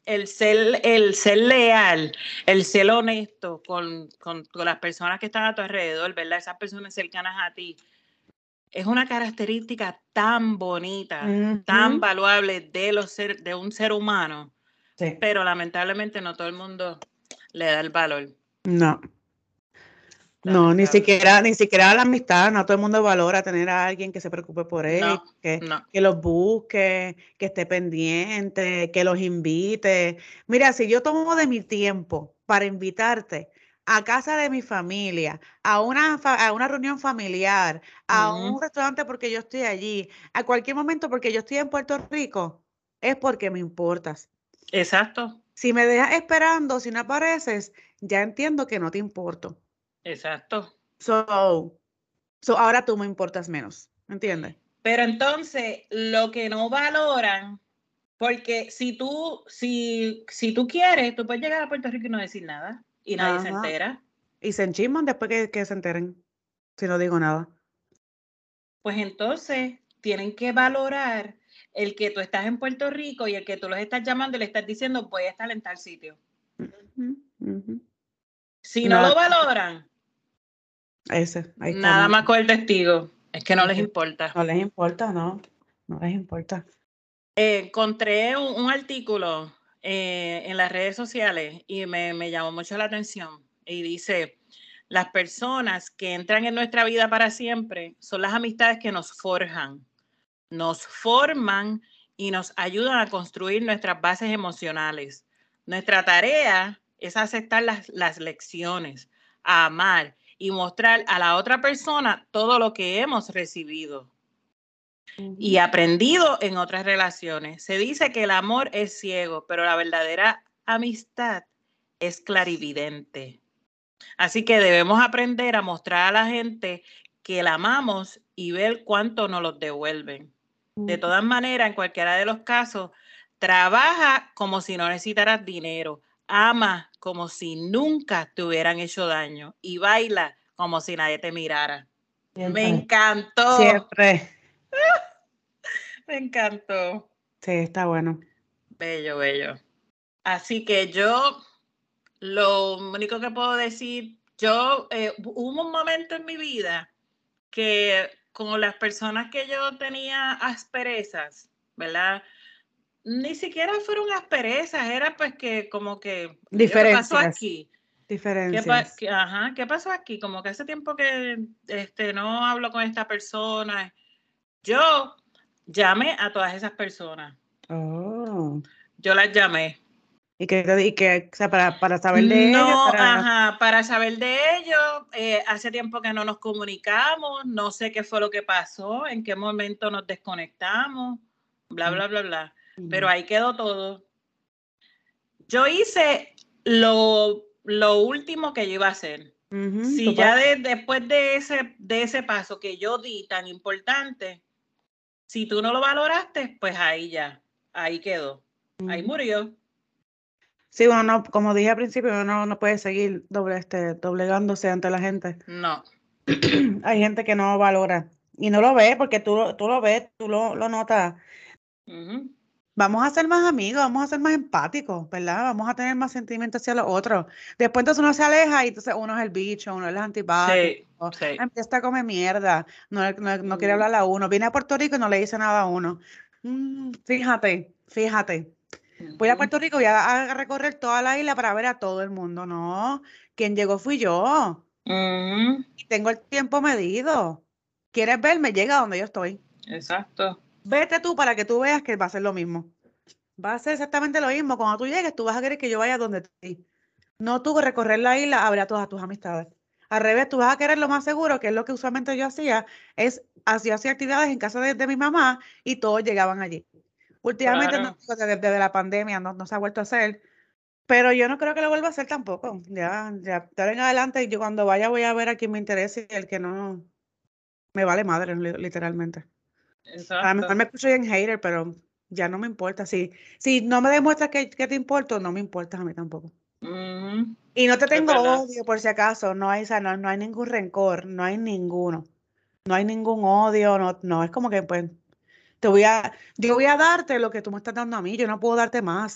el ser, el ser leal, el ser honesto con, con, con las personas que están a tu alrededor, ¿verdad? Esas personas cercanas a ti. Es una característica tan bonita, uh-huh. tan valuable de, los ser, de un ser humano, sí. Pero lamentablemente no todo el mundo le da el valor. No. No, ni siquiera, ni siquiera la amistad, no todo el mundo valora tener a alguien que se preocupe por él, no, que, no. que los busque, que esté pendiente, que los invite. Mira, si yo tomo de mi tiempo para invitarte a casa de mi familia, a una, a una reunión familiar, a uh-huh. un restaurante porque yo estoy allí, a cualquier momento porque yo estoy en Puerto Rico, es porque me importas. Exacto. Si me dejas esperando, si no apareces, ya entiendo que no te importo. Exacto. So, so, ahora tú me importas menos, ¿entiendes? Pero entonces, lo que no valoran, porque si tú, si, si tú quieres, tú puedes llegar a Puerto Rico y no decir nada, y nadie Ajá. se entera. Y se enchisman después que, que se enteren, si no digo nada. Pues entonces, tienen que valorar el que tú estás en Puerto Rico y el que tú los estás llamando y le estás diciendo, voy a estar en tal sitio. Uh-huh, uh-huh. Si no, no lo valoran, ese, ahí nada está, más con el testigo. Es que no les importa. No les importa, no. No les importa. Eh, encontré un, un artículo eh, en las redes sociales y me, me llamó mucho la atención. Y dice, las personas que entran en nuestra vida para siempre son las amistades que nos forjan, nos forman y nos ayudan a construir nuestras bases emocionales. Nuestra tarea es aceptar las, las lecciones, a amar y mostrar a la otra persona todo lo que hemos recibido uh-huh. y aprendido en otras relaciones. Se dice que el amor es ciego, pero la verdadera amistad es clarividente. Así que debemos aprender a mostrar a la gente que la amamos y ver cuánto nos los devuelven. Uh-huh. De todas maneras, en cualquiera de los casos, trabaja como si no necesitaras dinero. Ama como si nunca te hubieran hecho daño y baila como si nadie te mirara. Siempre. Me encantó. Siempre. Me encantó. Sí, está bueno. Bello, bello. Así que yo, lo único que puedo decir, yo, eh, hubo un momento en mi vida que con las personas que yo tenía asperezas, ¿verdad? Ni siquiera fueron asperezas, era pues que como que, ¿qué pasó aquí? Diferencias. ¿Qué, pa qué, ajá, ¿qué pasó aquí? Como que hace tiempo que este, no hablo con esta persona. Yo llamé a todas esas personas. Oh. Yo las llamé. ¿Y que, y que o sea, para, para saber de no, ellos? Para... Ajá, para saber de ellos. Eh, hace tiempo que no nos comunicamos, no sé qué fue lo que pasó, en qué momento nos desconectamos, bla, bla, bla, bla. Mm. Pero ahí quedó todo. Yo hice lo, lo último que yo iba a hacer. Uh-huh, si ya de, después de ese, de ese paso que yo di tan importante, si tú no lo valoraste, pues ahí ya, ahí quedó, uh-huh. Ahí murió. Sí, bueno, no, como dije al principio, uno no puede seguir doble, este, doblegándose ante la gente. No. Hay gente que no valora y no lo ve porque tú, tú lo ves, tú lo, lo notas. Uh-huh. Vamos a ser más amigos, vamos a ser más empáticos, ¿verdad? Vamos a tener más sentimientos hacia los otros. Después entonces uno se aleja y entonces uno es el bicho, uno es el antipático. Sí, sí. Empieza a comer mierda, no, no, no uh-huh. quiere hablarle a uno. Viene a Puerto Rico y no le dice nada a uno. Mm, fíjate, fíjate. Uh-huh. Voy a Puerto Rico y a, a recorrer toda la isla para ver a todo el mundo. No, quien llegó fui yo. Uh-huh. Y tengo el tiempo medido. ¿Quieres verme? Llega donde yo estoy. Exacto. Vete tú para que tú veas que va a ser lo mismo. Va a ser exactamente lo mismo. Cuando tú llegues, tú vas a querer que yo vaya donde ti. No tú recorrer la isla a ver a todas tus amistades. Al revés, tú vas a querer lo más seguro, que es lo que usualmente yo hacía, es hacía así actividades en casa de, de mi mamá y todos llegaban allí. Últimamente, claro. no, desde, desde la pandemia no, no se ha vuelto a hacer, pero yo no creo que lo vuelva a hacer tampoco. Ya, ya, de ahora en adelante, yo cuando vaya voy a ver a quien me interese y el que no, me vale madre, literalmente. Exacto. A lo mejor me escucho bien hater, pero ya no me importa. Si, si no me demuestras que, que te importo, no me importas a mí tampoco. Mm-hmm. Y no te tengo odio, por si acaso. No hay, o sea, no, no hay ningún rencor, no hay ninguno. No hay ningún odio, no, no. Es como que, pues, te voy a, yo voy a darte lo que tú me estás dando a mí. Yo no puedo darte más.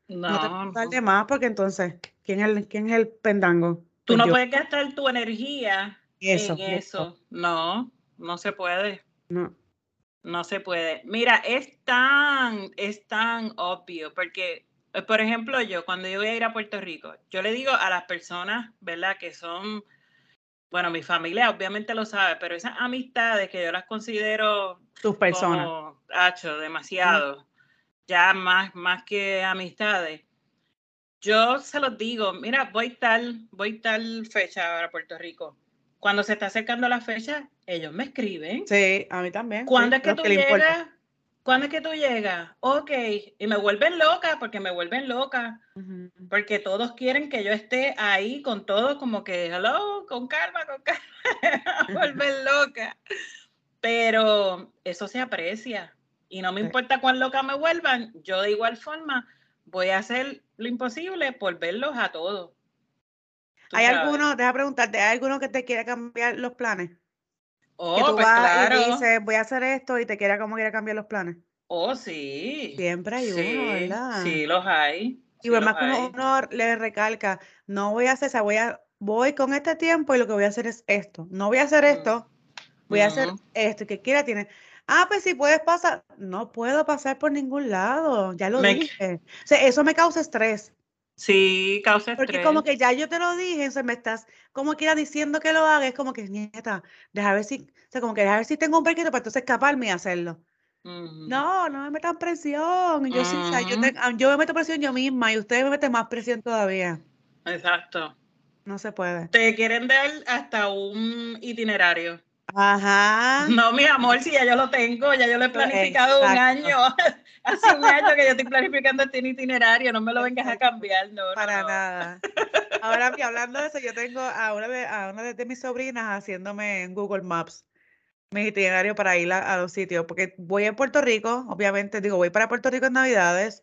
No, No te puedes no. dar de más porque entonces, ¿quién es el, quién es el pendango? Tú Pues no yo. puedes gastar tu energía Eso, en eso. No, no se puede. no. No se puede. Mira, es tan, es tan obvio, porque, eh, por ejemplo, yo cuando yo voy a ir a Puerto Rico, yo le digo a las personas, ¿verdad? Que son, bueno, mi familia obviamente lo sabe, pero esas amistades que yo las considero Tus personas. como, hacho, Mm. demasiado, ya más, más que amistades. Yo se los digo, mira, voy tal, voy tal fecha a Puerto Rico. Cuando se está acercando la fecha, ellos me escriben. Sí, a mí también, ¿Cuándo sí. es que Lo tú que le importa. llegas? ¿Cuándo es que tú llegas? Ok. Y me vuelven loca, porque me vuelven loca. Ujú. Porque todos quieren que yo esté ahí con todo, como que, hello, con calma, con calma. Me vuelven loca. Pero eso se aprecia. Y no me Sí. importa cuán loca me vuelvan, yo de igual forma voy a hacer lo imposible por verlos a todos. Tú ¿Hay sabes. alguno, deja preguntarte, ¿hay alguno que te quiera cambiar los planes? Que Oh, tú pues vas y claro. dices, voy a hacer esto y te quiera como quiera cambiar los planes. Oh, sí. Siempre hay uno, Sí, ¿verdad? sí los hay. Y Sí por los más que uno, hay. uno le recalca, no voy a hacer esa, voy a, voy con este tiempo y lo que voy a hacer es esto. No voy a hacer Mm. esto, voy a hacer Ujú. esto. Y que quiera tiene. Ah, pues si puedes pasar. No puedo pasar por ningún lado, ya lo Me- dije. O sea, eso me causa estrés. Sí, causa Porque como estrés. que ya yo te lo dije, o sea, me estás como quiera diciendo que lo haga, es como que, nieta, deja ver si, o sea, como que deja ver si tengo un brequito para entonces escaparme y hacerlo. Ujú. No, no me metan presión. Yo sí, o sea, yo, Ujú. te- ah, yo me meto presión yo misma y ustedes me meten más presión todavía. Exacto. No se puede. Te quieren dar hasta un itinerario. Ajá. No, mi amor, si ya yo lo tengo, ya yo lo he planificado un Exacto. año. Hace un año que yo estoy planificando este itinerario, no me lo vengas a Exacto. cambiar, no, no, Para no. nada. Ahora, y hablando de eso, yo tengo a una de, a una de, de mis sobrinas haciéndome en Google Maps mi itinerario para ir a, a los sitios, porque voy a Puerto Rico, obviamente, digo, voy para Puerto Rico en Navidades,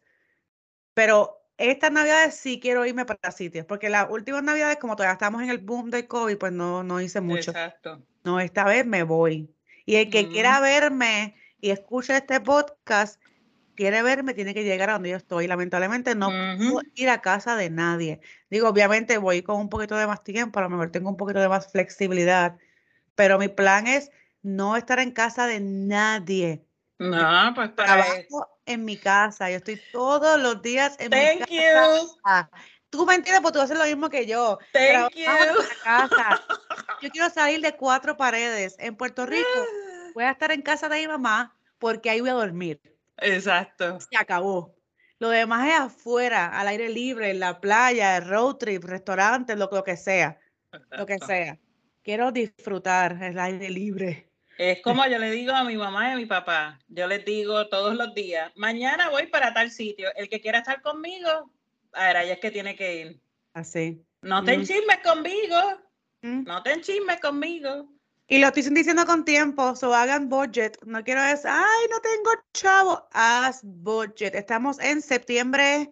pero estas Navidades sí quiero irme para sitios, porque las últimas Navidades, como todavía estamos en el boom del COVID, pues no, no hice mucho. Exacto. No, esta vez me voy. Y el que Ujú. quiera verme y escuche este podcast, quiere verme, tiene que llegar a donde yo estoy. Lamentablemente no puedo Ujú. ir a casa de nadie. Digo, obviamente voy con un poquito de más tiempo, a lo mejor tengo un poquito de más flexibilidad, pero mi plan es no estar en casa de nadie. Yo No, pues para eso. trabajo en mi casa, yo estoy todos los días en mi Thank you. casa. Tú me entiendes, porque tú haces lo mismo que yo. Thank Trabajo en you. la casa. Yo quiero salir de cuatro paredes. En Puerto Rico voy a estar en casa de mi mamá porque ahí voy a dormir. Exacto. Se acabó. Lo demás es afuera, al aire libre, en la playa, el road trip, restaurantes, lo, lo que sea. Lo que Exacto. sea. Quiero disfrutar el aire libre. Es como yo le digo a mi mamá y a mi papá, yo les digo todos los días, mañana voy para tal sitio, el que quiera estar conmigo, ahora ya es que tiene que ir. Así. No te Mm, enchismes conmigo, mm. no te enchismes conmigo. Y lo estoy diciendo con tiempo, so hagan budget. No quiero decir, ay, no tengo chavo. Haz budget. Estamos en septiembre,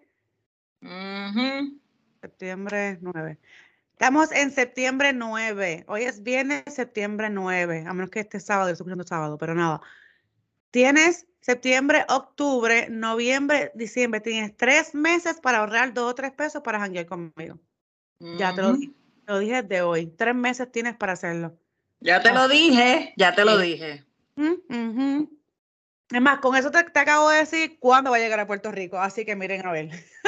Ujú. septiembre nueve. Estamos en septiembre nueve. Hoy es viernes, septiembre nueve. A menos que este sábado, yo estoy escuchando sábado, pero nada. Tienes septiembre, octubre, noviembre, diciembre. Tienes tres meses para ahorrar dos o tres pesos para janguear conmigo. Ya te lo dije. Ujú. Te lo dije desde hoy. Tres meses tienes para hacerlo. Ya te lo dije, ya te lo Así. dije. Mm, ujú. Es más, con eso te, te acabo de decir cuándo va a llegar a Puerto Rico. Así que miren a ver.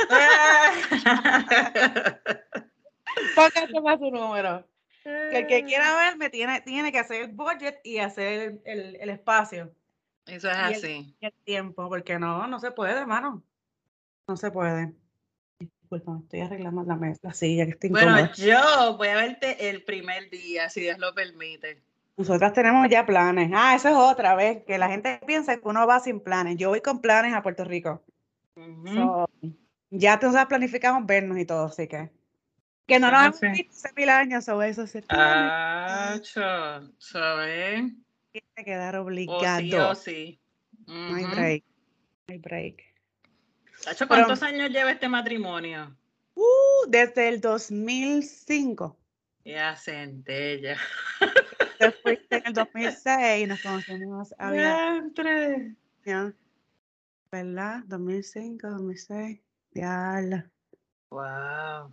Póngase más su número. Que el que quiera verme tiene, tiene que hacer el budget y hacer el, el, el espacio Eso es y el, así. y el tiempo, porque no, no se puede, hermano. No se puede. Disculpa, estoy arreglando la mesa, la silla, que está Bueno, incómoda. yo voy a verte el primer día, si Dios lo permite. Nosotras tenemos ya planes. Ah, eso es otra vez, que la gente piensa que uno va sin planes. Yo voy con planes a Puerto Rico. Ujú. So, ya nosotras planificamos vernos y todo, así que. Que no Eso es nos hemos así. visto hace mil años, o eso se tiene, Ah, cho, ¿sabes? tiene que dar O sí o obligado. sí. No hay Ujú. break, no hay break. Tacho, Pero ¿cuántos años lleva este matrimonio? uh, desde el dos mil cinco. Ya centella. Te fuiste en el dos mil seis y nos conocimos, había, Diantre. ya, ¿verdad? dos mil cinco, dos mil seis. Ya. Wow.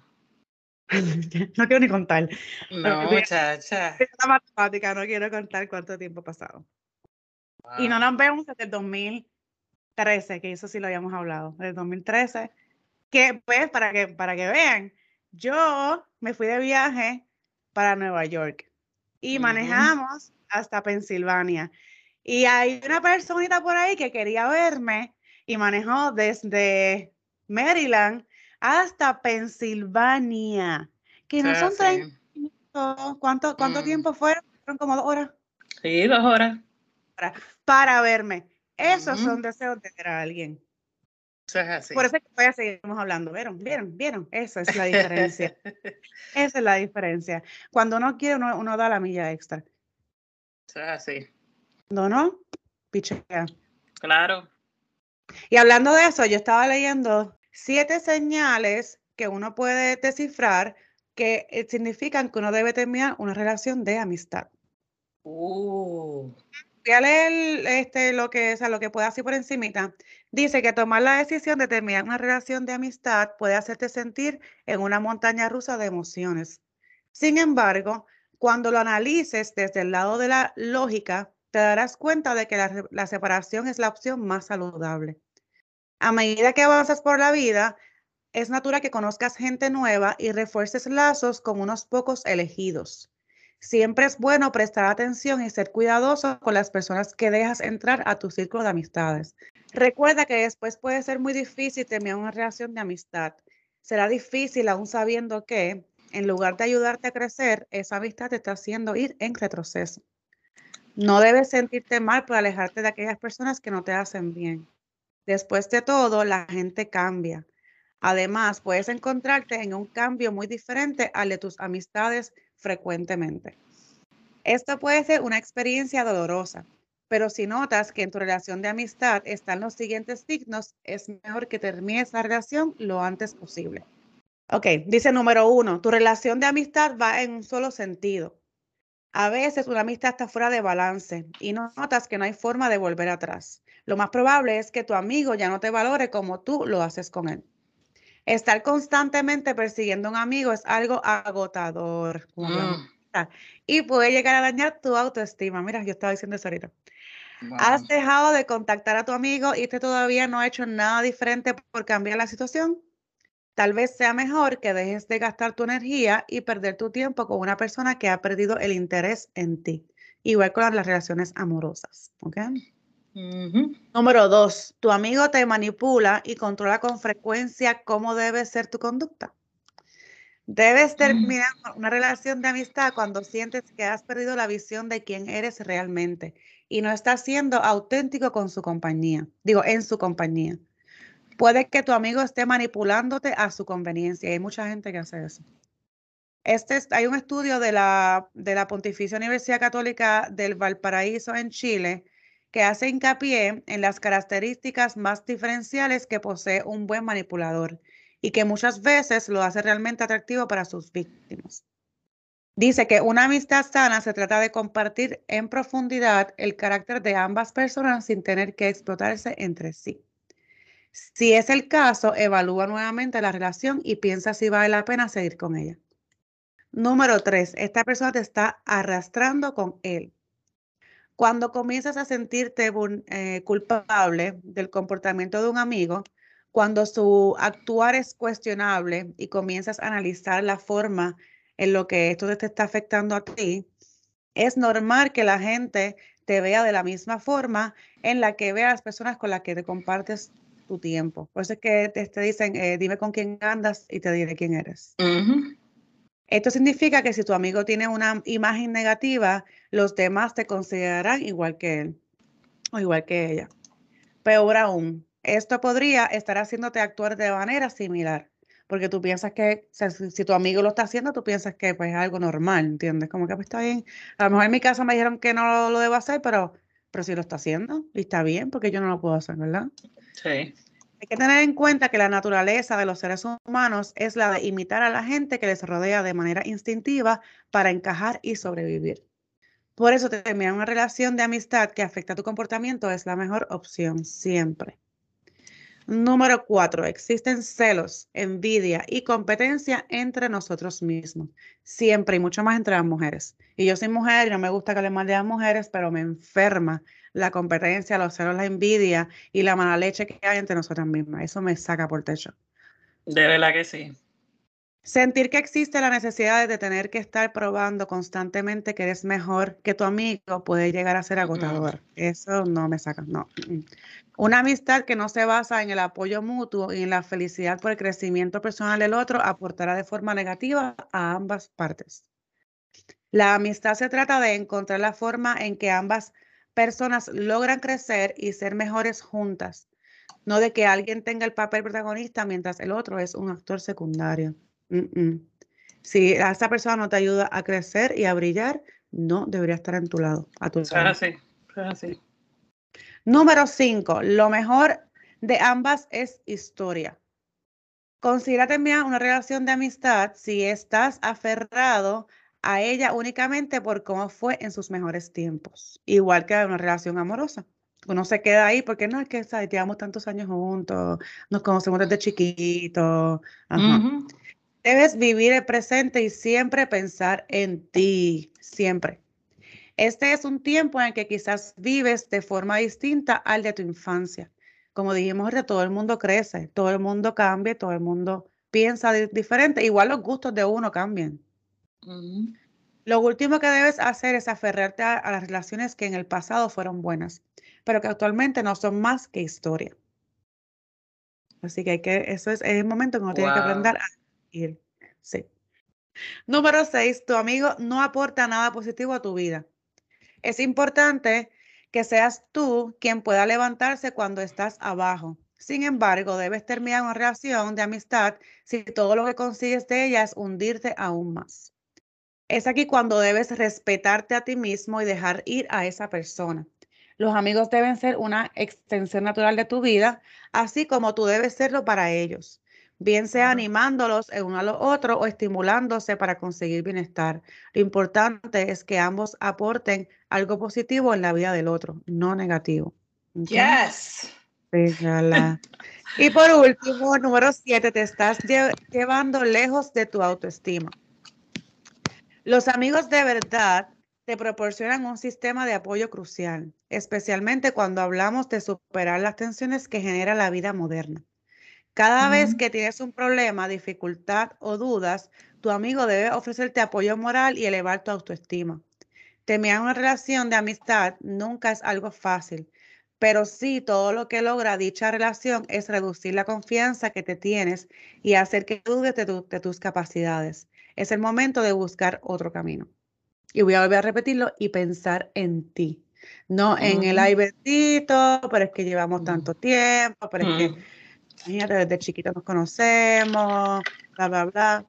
No quiero ni contar. No, chacha. La matemática, no quiero contar cuánto tiempo ha pasado. Wow. Y no nos vemos desde el dos mil trece, que eso sí lo habíamos hablado, desde el dos mil trece, que pues para que, para que vean, yo me fui de viaje para Nueva York y Ujú. manejamos hasta Pensilvania. Y hay una personita por ahí que quería verme y manejó desde Maryland hasta Pensilvania, que no sea, son treinta sí. minutos. ¿Cuánto, cuánto Mm. tiempo fueron? Fueron como dos horas Sí, dos horas. para, para verme. Esos Ujú. son deseos de ver a alguien. Eso es así. Por eso es que todavía seguimos hablando. ¿Vieron? ¿Vieron? ¿Vieron? Esa es la diferencia. Esa es la diferencia. Cuando uno quiere, uno, uno da la milla extra. Eso es así. Cuando no, pichea. Claro. Y hablando de eso, yo estaba leyendo siete señales que uno puede descifrar que eh, significan que uno debe terminar una relación de amistad. Uh. Voy a leer este, lo que, o sea, lo que pueda así por encimita. Dice que tomar la decisión de terminar una relación de amistad puede hacerte sentir en una montaña rusa de emociones. Sin embargo, cuando lo analices desde el lado de la lógica, te darás cuenta de que la, la separación es la opción más saludable. A medida que avanzas por la vida, es natural que conozcas gente nueva y refuerces lazos con unos pocos elegidos. Siempre es bueno prestar atención y ser cuidadoso con las personas que dejas entrar a tu círculo de amistades. Recuerda que después puede ser muy difícil terminar una relación de amistad. Será difícil aún sabiendo que, en lugar de ayudarte a crecer, esa amistad te está haciendo ir en retroceso. No debes sentirte mal por alejarte de aquellas personas que no te hacen bien. Después de todo, la gente cambia. Además, puedes encontrarte en un cambio muy diferente al de tus amistades frecuentemente. Esto puede ser una experiencia dolorosa, pero si notas que en tu relación de amistad están los siguientes signos, es mejor que termines la relación lo antes posible. Ok, dice número uno, tu relación de amistad va en un solo sentido. A veces una amistad está fuera de balance y notas que no hay forma de volver atrás. Lo más probable es que tu amigo ya no te valore como tú lo haces con él. Estar constantemente persiguiendo a un amigo es algo agotador, como hablamos Mm. ahorita, y puede llegar a dañar tu autoestima. Mira, yo estaba diciendo eso ahorita. Wow. ¿Has dejado de contactar a tu amigo y este todavía no ha hecho nada diferente por cambiar la situación? Tal vez sea mejor que dejes de gastar tu energía y perder tu tiempo con una persona que ha perdido el interés en ti. Igual con las relaciones amorosas, ¿ok? Ujú. Número dos, tu amigo te manipula y controla con frecuencia cómo debe ser tu conducta. Debes terminar una relación de amistad cuando sientes que has perdido la visión de quién eres realmente y no estás siendo auténtico con su compañía, digo, en su compañía. Puede que tu amigo esté manipulándote a su conveniencia y hay mucha gente que hace eso. Este es, hay un estudio de la, de la Pontificia Universidad Católica del Valparaíso en Chile que hace hincapié en las características más diferenciales que posee un buen manipulador y que muchas veces lo hace realmente atractivo para sus víctimas. Dice que una amistad sana se trata de compartir en profundidad el carácter de ambas personas sin tener que explotarse entre sí. Si es el caso, evalúa nuevamente la relación y piensa si vale la pena seguir con ella. Número tres, esta persona te está arrastrando con él. Cuando comienzas a sentirte eh, culpable del comportamiento de un amigo, cuando su actuar es cuestionable y comienzas a analizar la forma en lo que esto te está afectando a ti, es normal que la gente te vea de la misma forma en la que ve a las personas con las que te compartes tu tiempo. Por eso es que te, te dicen, eh, dime con quién andas y te diré quién eres. Ujú. Esto significa que si tu amigo tiene una imagen negativa, los demás te considerarán igual que él o igual que ella. Peor aún, esto podría estar haciéndote actuar de manera similar, porque tú piensas que, o sea, si, si tu amigo lo está haciendo, tú piensas que pues, es algo normal, ¿entiendes? Como que pues, está bien. A lo mejor en mi casa me dijeron que no lo debo hacer, pero, pero si lo está haciendo y está bien, porque yo no lo puedo hacer, ¿verdad? Sí. Hay que tener en cuenta que la naturaleza de los seres humanos es la de imitar a la gente que les rodea de manera instintiva para encajar y sobrevivir. Por eso terminar una relación de amistad que afecta tu comportamiento es la mejor opción siempre. Número cuatro, existen celos, envidia y competencia entre nosotros mismos. Siempre y mucho más entre las mujeres. Y yo soy mujer y no me gusta que le mal de las mujeres, pero me enferma la competencia, los celos, la envidia y la mala leche que hay entre nosotras mismas. Eso me saca por techo. De verdad que sí. Sentir que existe la necesidad de tener que estar probando constantemente que eres mejor que tu amigo puede llegar a ser agotador. Eso no me saca, no. Una amistad que no se basa en el apoyo mutuo y en la felicidad por el crecimiento personal del otro aportará de forma negativa a ambas partes. La amistad se trata de encontrar la forma en que ambas personas logran crecer y ser mejores juntas, no de que alguien tenga el papel protagonista mientras el otro es un actor secundario. Mm-mm. Si esa persona no te ayuda a crecer y a brillar, no debería estar en tu lado, a tu Eso es lado. así, eso es así. Número cinco, lo mejor de ambas es historia. Considera terminar una relación de amistad si estás aferrado a ella únicamente por cómo fue en sus mejores tiempos, igual que una relación amorosa. Uno se queda ahí porque no es que ¿sabes? Llevamos tantos años juntos, nos conocemos desde chiquitos. Ajá. Ujú. Debes vivir el presente y siempre pensar en ti, siempre. Este es un tiempo en el que quizás vives de forma distinta al de tu infancia. Como dijimos, ahorita, todo el mundo crece, todo el mundo cambia, todo el mundo piensa di- diferente. Igual los gustos de uno cambian. Ujú. Lo último que debes hacer es aferrarte a, a las relaciones que en el pasado fueron buenas, pero que actualmente no son más que historia. Así que hay que, eso es, es el momento en que uno tiene que Wow. aprender a ir. Sí. Número seis, tu amigo no aporta nada positivo a tu vida. Es importante que seas tú quien pueda levantarse cuando estás abajo. Sin embargo, debes terminar una relación de amistad si todo lo que consigues de ella es hundirte aún más. Es aquí cuando debes respetarte a ti mismo y dejar ir a esa persona. Los amigos deben ser una extensión natural de tu vida, así como tú debes serlo para ellos, bien sea Claro. animándolos el uno a los otros o estimulándose para conseguir bienestar. Lo importante es que ambos aporten algo positivo en la vida del otro, no negativo. ¿Ok? Yes. Déjala. Y por último, número siete, te estás lle- llevando lejos de tu autoestima. Los amigos de verdad te proporcionan un sistema de apoyo crucial, especialmente cuando hablamos de superar las tensiones que genera la vida moderna. Cada vez Ujú. que tienes un problema, dificultad o dudas, tu amigo debe ofrecerte apoyo moral y elevar tu autoestima. Terminar una relación de amistad nunca es algo fácil, pero sí todo lo que logra dicha relación es reducir la confianza que te tienes y hacer que dudes de, tu- de tus capacidades. Es el momento de buscar otro camino. Y voy a volver a repetirlo y pensar en ti, no en el ay Ujú. bendito, pero es que llevamos tanto tiempo, pero es que, Ujú. imagínate, desde chiquitos nos conocemos, bla, bla, bla.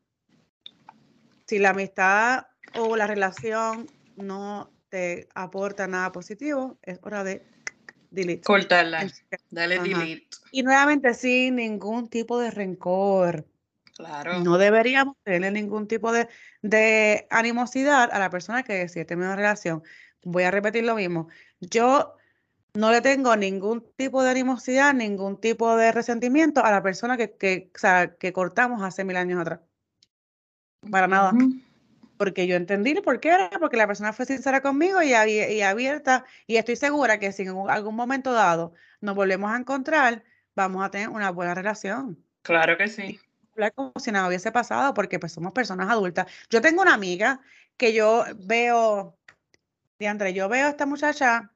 Si la amistad o la relación no te aporta nada positivo, es hora de delete. Cortarla. En- Dale Ajá. delete. Y nuevamente, sin ningún tipo de rencor. Claro. No deberíamos tener ningún tipo de, de animosidad a la persona que decide terminar una relación. Voy a repetir lo mismo. Yo no le tengo ningún tipo de animosidad, ningún tipo de resentimiento a la persona que, que, o sea, que cortamos hace mil años atrás. Para nada. Ujú. Porque yo entendí por qué era, porque la persona fue sincera conmigo y, abi- y abierta, y estoy segura que si en un- algún momento dado nos volvemos a encontrar, vamos a tener una buena relación. Claro que sí. Y hablar como si nada hubiese pasado, porque pues somos personas adultas. Yo tengo una amiga que yo veo, Diandre, yo veo a esta muchacha,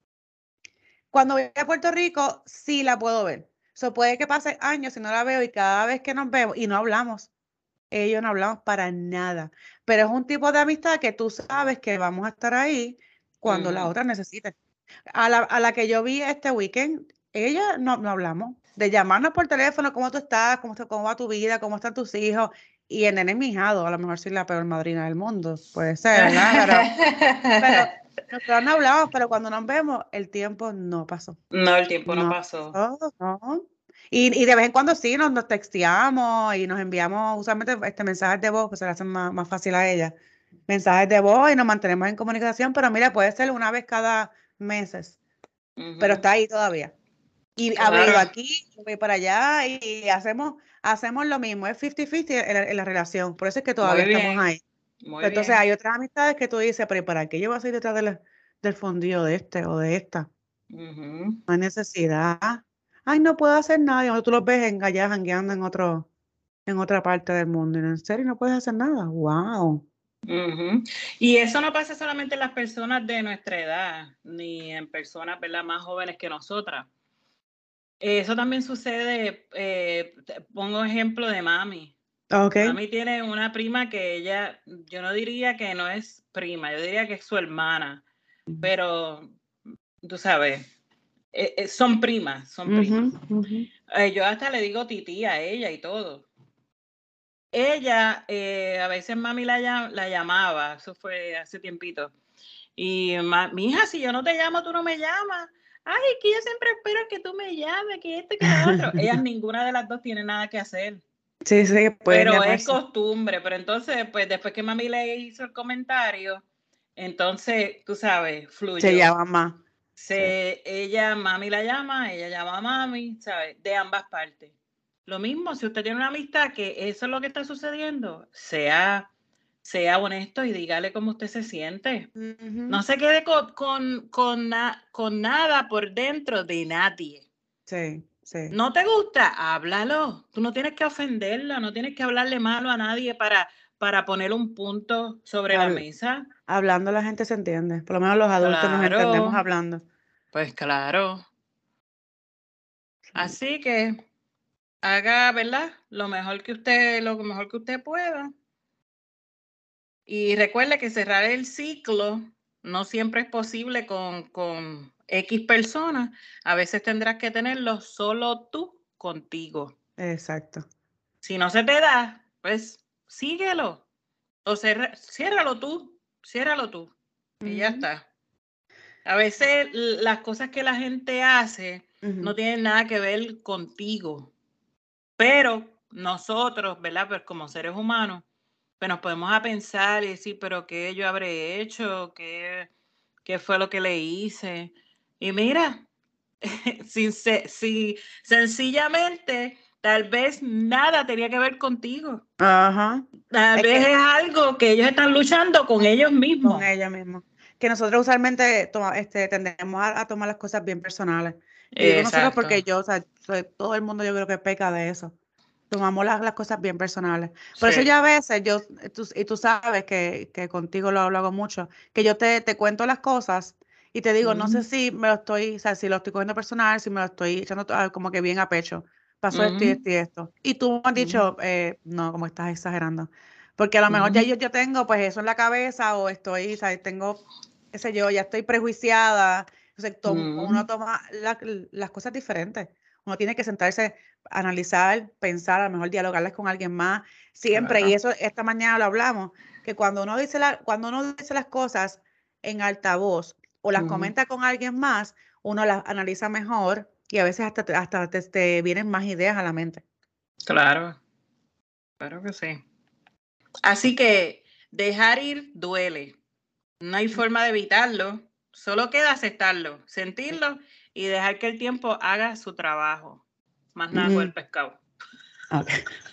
cuando voy a Puerto Rico, sí la puedo ver. So, puede que pase años y no la veo y cada vez que nos vemos, y no hablamos. Ellos no hablamos para nada, pero es un tipo de amistad que tú sabes que vamos a estar ahí cuando la Ujú. otra necesite. A la, a la que yo vi este weekend, ella no, no hablamos, de llamarnos por teléfono, cómo tú estás, cómo, está- cómo va tu vida, cómo están tus hijos, y el nene es mi hijado, a lo mejor soy la peor madrina del mundo, puede ser, ¿verdad? Pero, pero nosotros no hablamos, pero cuando nos vemos, el tiempo no pasó. No, el tiempo no No pasó. pasó, no. Y, y de vez en cuando sí nos, nos texteamos y nos enviamos usualmente este, mensajes de voz, que se le hacen más, más fácil a ella. Mensajes de voz y nos mantenemos en comunicación, pero mira, puede ser una vez cada meses, pero Ujú. está ahí todavía. Y Claro. ha ido aquí, voy para allá y hacemos, hacemos lo mismo, es cincuenta cincuenta en, la- en la relación, por eso es que todavía Muy estamos bien, ahí. muy Pero entonces bien. hay otras amistades que tú dices, pero ¿y para qué yo voy a salir detrás de la- del fondillo de este o de esta? Ujú. No hay necesidad. Ay, no puedo hacer nada. Y cuando tú los ves en, allá jangueando en otro, en otra parte del mundo. Y en serio, no puedes hacer nada. Wow. Ujú. Y eso no pasa solamente en las personas de nuestra edad, ni en personas, ¿verdad?, más jóvenes que nosotras. Eso también sucede, eh, te pongo ejemplo de mami. Ok. Mami tiene una prima que ella, yo no diría que no es prima, yo diría que es su hermana, pero tú sabes, eh, eh, son primas, son primas. Ujú, ujú. Eh, yo hasta le digo tití a ella y todo. Ella, eh, a veces mami la, llam- la llamaba, eso fue hace tiempito, y ma- mi hija, si yo no te llamo, tú no me llamas. Ay, que yo siempre espero que tú me llames, que esto y que lo otro. Ellas ninguna de las dos tiene nada que hacer. Sí, sí, pueden Pero es llamarse. costumbre, pero entonces, pues después que mami le hizo el comentario, entonces, tú sabes, Se fluyó. llaman más. Sí. Se, ella, mami la llama, ella llama a mami, ¿sabes? De ambas partes. Lo mismo, si usted tiene una amistad que eso es lo que está sucediendo, sea, sea honesto y dígale cómo usted se siente. Ujú. No se quede con, con, con, na- con nada por dentro de nadie. Sí, sí. ¿No te gusta? Háblalo. Tú no tienes que ofenderla, no tienes que hablarle malo a nadie para, para poner un punto sobre la Habl- mesa. hablando la gente se entiende. Por lo menos los adultos nos entendemos Claro, hablando. pues claro. Sí. Así que haga, ¿verdad? Lo mejor que usted, lo mejor que usted pueda. Y recuerde que cerrar el ciclo no siempre es posible con, con X personas. A veces tendrás que tenerlo solo tú contigo. Exacto. Si no se te da, pues síguelo. O cerra- ciérralo tú, ciérralo tú. Y ya Ujú, está. A veces l- las cosas que la gente hace no ujú. tienen nada que ver contigo. Pero nosotros, ¿verdad? Pues como seres humanos, pues nos podemos a pensar y decir, pero ¿qué yo habré hecho? ¿Qué, qué fue lo que le hice? Y mira, sin se- si sencillamente, tal vez nada tenía que ver contigo. Ajá. Tal Es vez que es algo que ellos están luchando con ellos con mismos. ella misma. Que nosotros usualmente toma- este, tendemos a, a tomar las cosas bien personales. Y digo nosotros Exacto. porque yo, o sea, soy- todo el mundo yo creo que peca de eso. Tomamos las, las cosas bien personales. Por eso Sí. yo a veces, yo, tú- y tú sabes que, que contigo lo, lo hago mucho, que yo te, te cuento las cosas y te digo, no sé Ujú, si me lo estoy, o sea, si lo estoy cogiendo personal, si me lo estoy echando ah, como que bien a pecho. Pasó esto y ujú, esto y esto. Y tú me has ujú, dicho, eh, no, como estás exagerando. Porque a lo mejor ya ujú, yo, yo tengo pues eso en la cabeza o estoy, ¿sabes? Tengo, qué sé yo, ya estoy prejuiciada. Entonces, tom- uno ujú. toma la- las cosas diferentes. Uno tiene que sentarse, analizar, pensar, a lo mejor dialogarlas con alguien más, siempre. Y Claro. eso esta mañana lo hablamos, que cuando uno dice, la, cuando uno dice las cosas en altavoz o las Ujú. comenta con alguien más, uno las analiza mejor y a veces hasta, te- hasta te, te vienen más ideas a la mente. Claro, claro que sí. Así que dejar ir duele. No hay forma de evitarlo. Solo queda aceptarlo, sentirlo y dejar que el tiempo haga su trabajo. Más nada con el Ujú. pescado. Ok.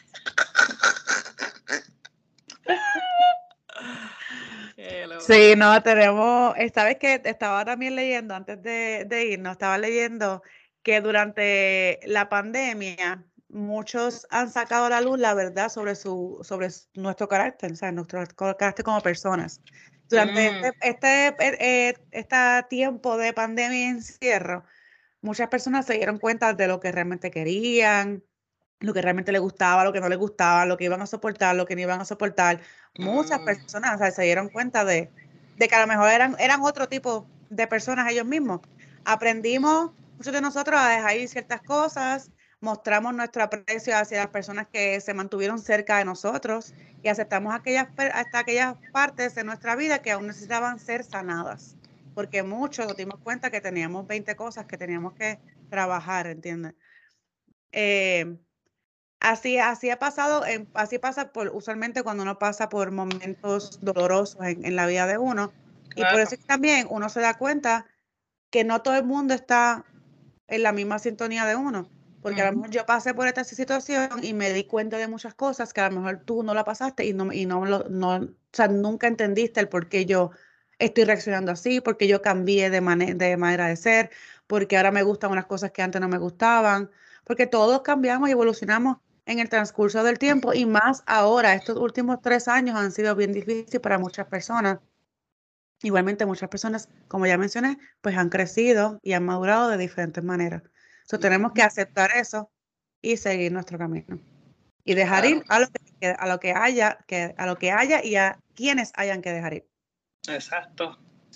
Qué Sí, loca. no, tenemos, esta vez que estaba también leyendo, antes de, de irnos, estaba leyendo que durante la pandemia muchos han sacado a la luz la verdad sobre su, sobre s- nuestro carácter, o sea, nuestro co- carácter como personas. Durante Mm, este, este, eh, eh, este tiempo de pandemia y encierro, muchas personas se dieron cuenta de lo que realmente querían, lo que realmente les gustaba, lo que no les gustaba, lo que iban a soportar, lo que no iban a soportar. Muchas mm, personas, o sea, se dieron cuenta de, de que a lo mejor eran, eran otro tipo de personas ellos mismos. Aprendimos, muchos de nosotros, a dejar ir ciertas cosas, mostramos nuestro aprecio hacia las personas que se mantuvieron cerca de nosotros y aceptamos aquellas, per- hasta aquellas partes de nuestra vida que aún necesitaban ser sanadas, porque muchos nos dimos cuenta que teníamos veinte cosas que teníamos que trabajar, ¿entiendes? Eh, Así, así ha pasado, en- así pasa por, usualmente cuando uno pasa por momentos dolorosos en, en la vida de uno. Y por eso claro. es que también uno se da cuenta que no todo el mundo está en la misma sintonía de uno. Porque uh-huh. a lo mejor yo pasé por esta situación y me di cuenta de muchas cosas que a lo mejor tú no la pasaste y no, y no, lo, no o sea, nunca entendiste el por qué yo estoy reaccionando así, porque yo cambié de, man- de manera de ser, porque ahora me gustan unas cosas que antes no me gustaban, porque todos cambiamos y evolucionamos en el transcurso del tiempo y más ahora, estos últimos tres años han sido bien difíciles para muchas personas. Igualmente muchas personas, como ya mencioné, pues han crecido y han madurado de diferentes maneras. Entonces tenemos que aceptar eso y seguir nuestro camino. Y dejar Claro. ir a lo que, a lo que haya, que, a lo que haya y a quienes hayan que dejar ir. Exacto.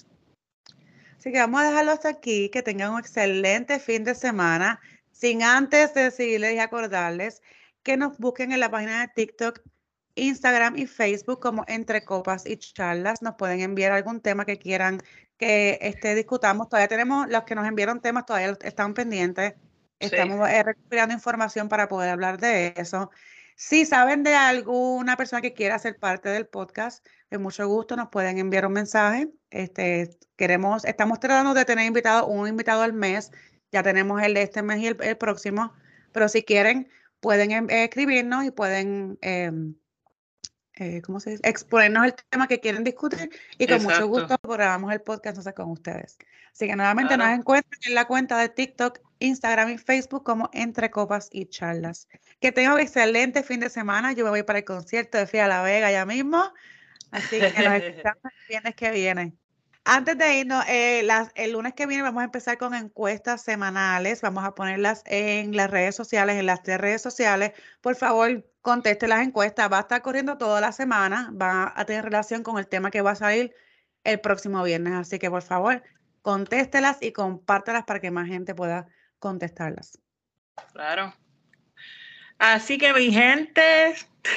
Así que vamos a dejarlo hasta aquí, que tengan un excelente fin de semana, sin antes decirles y acordarles que nos busquen en la página de TikTok, Instagram y Facebook como Entre Copas y Charlas. Nos pueden enviar algún tema que quieran que este, discutamos. Todavía tenemos, los que nos enviaron temas todavía están pendientes. Estamos sí. eh, recopilando información para poder hablar de eso. Si saben de alguna persona que quiera ser parte del podcast, de mucho gusto nos pueden enviar un mensaje. Este, queremos, estamos tratando de tener invitado, un invitado al mes. Ya tenemos el de este mes y el, el próximo. Pero si quieren, pueden eh, escribirnos y pueden eh, eh, ¿cómo se dice? exponernos el tema que quieren discutir y con Exacto. mucho gusto programamos el podcast entonces, con ustedes. Así que nuevamente claro. nos encuentran en la cuenta de TikTok, Instagram y Facebook como Entre Copas y Charlas. Que tengan un excelente fin de semana. Yo me voy para el concierto de Fía La Vega ya mismo. Así que nos escuchamos el viernes que viene. Antes de irnos, eh, las, el lunes que viene vamos a empezar con encuestas semanales. Vamos a ponerlas en las redes sociales, en las tres redes sociales. Por favor, conteste las encuestas. Va a estar corriendo toda la semana. Va a tener relación con el tema que va a salir el próximo viernes. Así que, por favor, contéstelas y compártelas para que más gente pueda contestarlas. Claro. Así que, mi gente,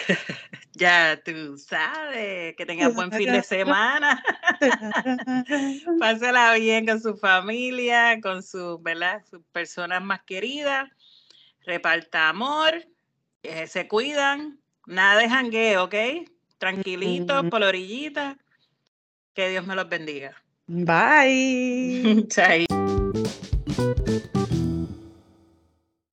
ya tú sabes, que tengan buen fin de semana. Pásala bien con su familia, con su, ¿verdad? Sus personas más queridas. Reparta amor, eh, se cuidan, nada de jangueo, ¿ok? Tranquilitos, por la orillita. Que Dios me los bendiga. Bye. Chai.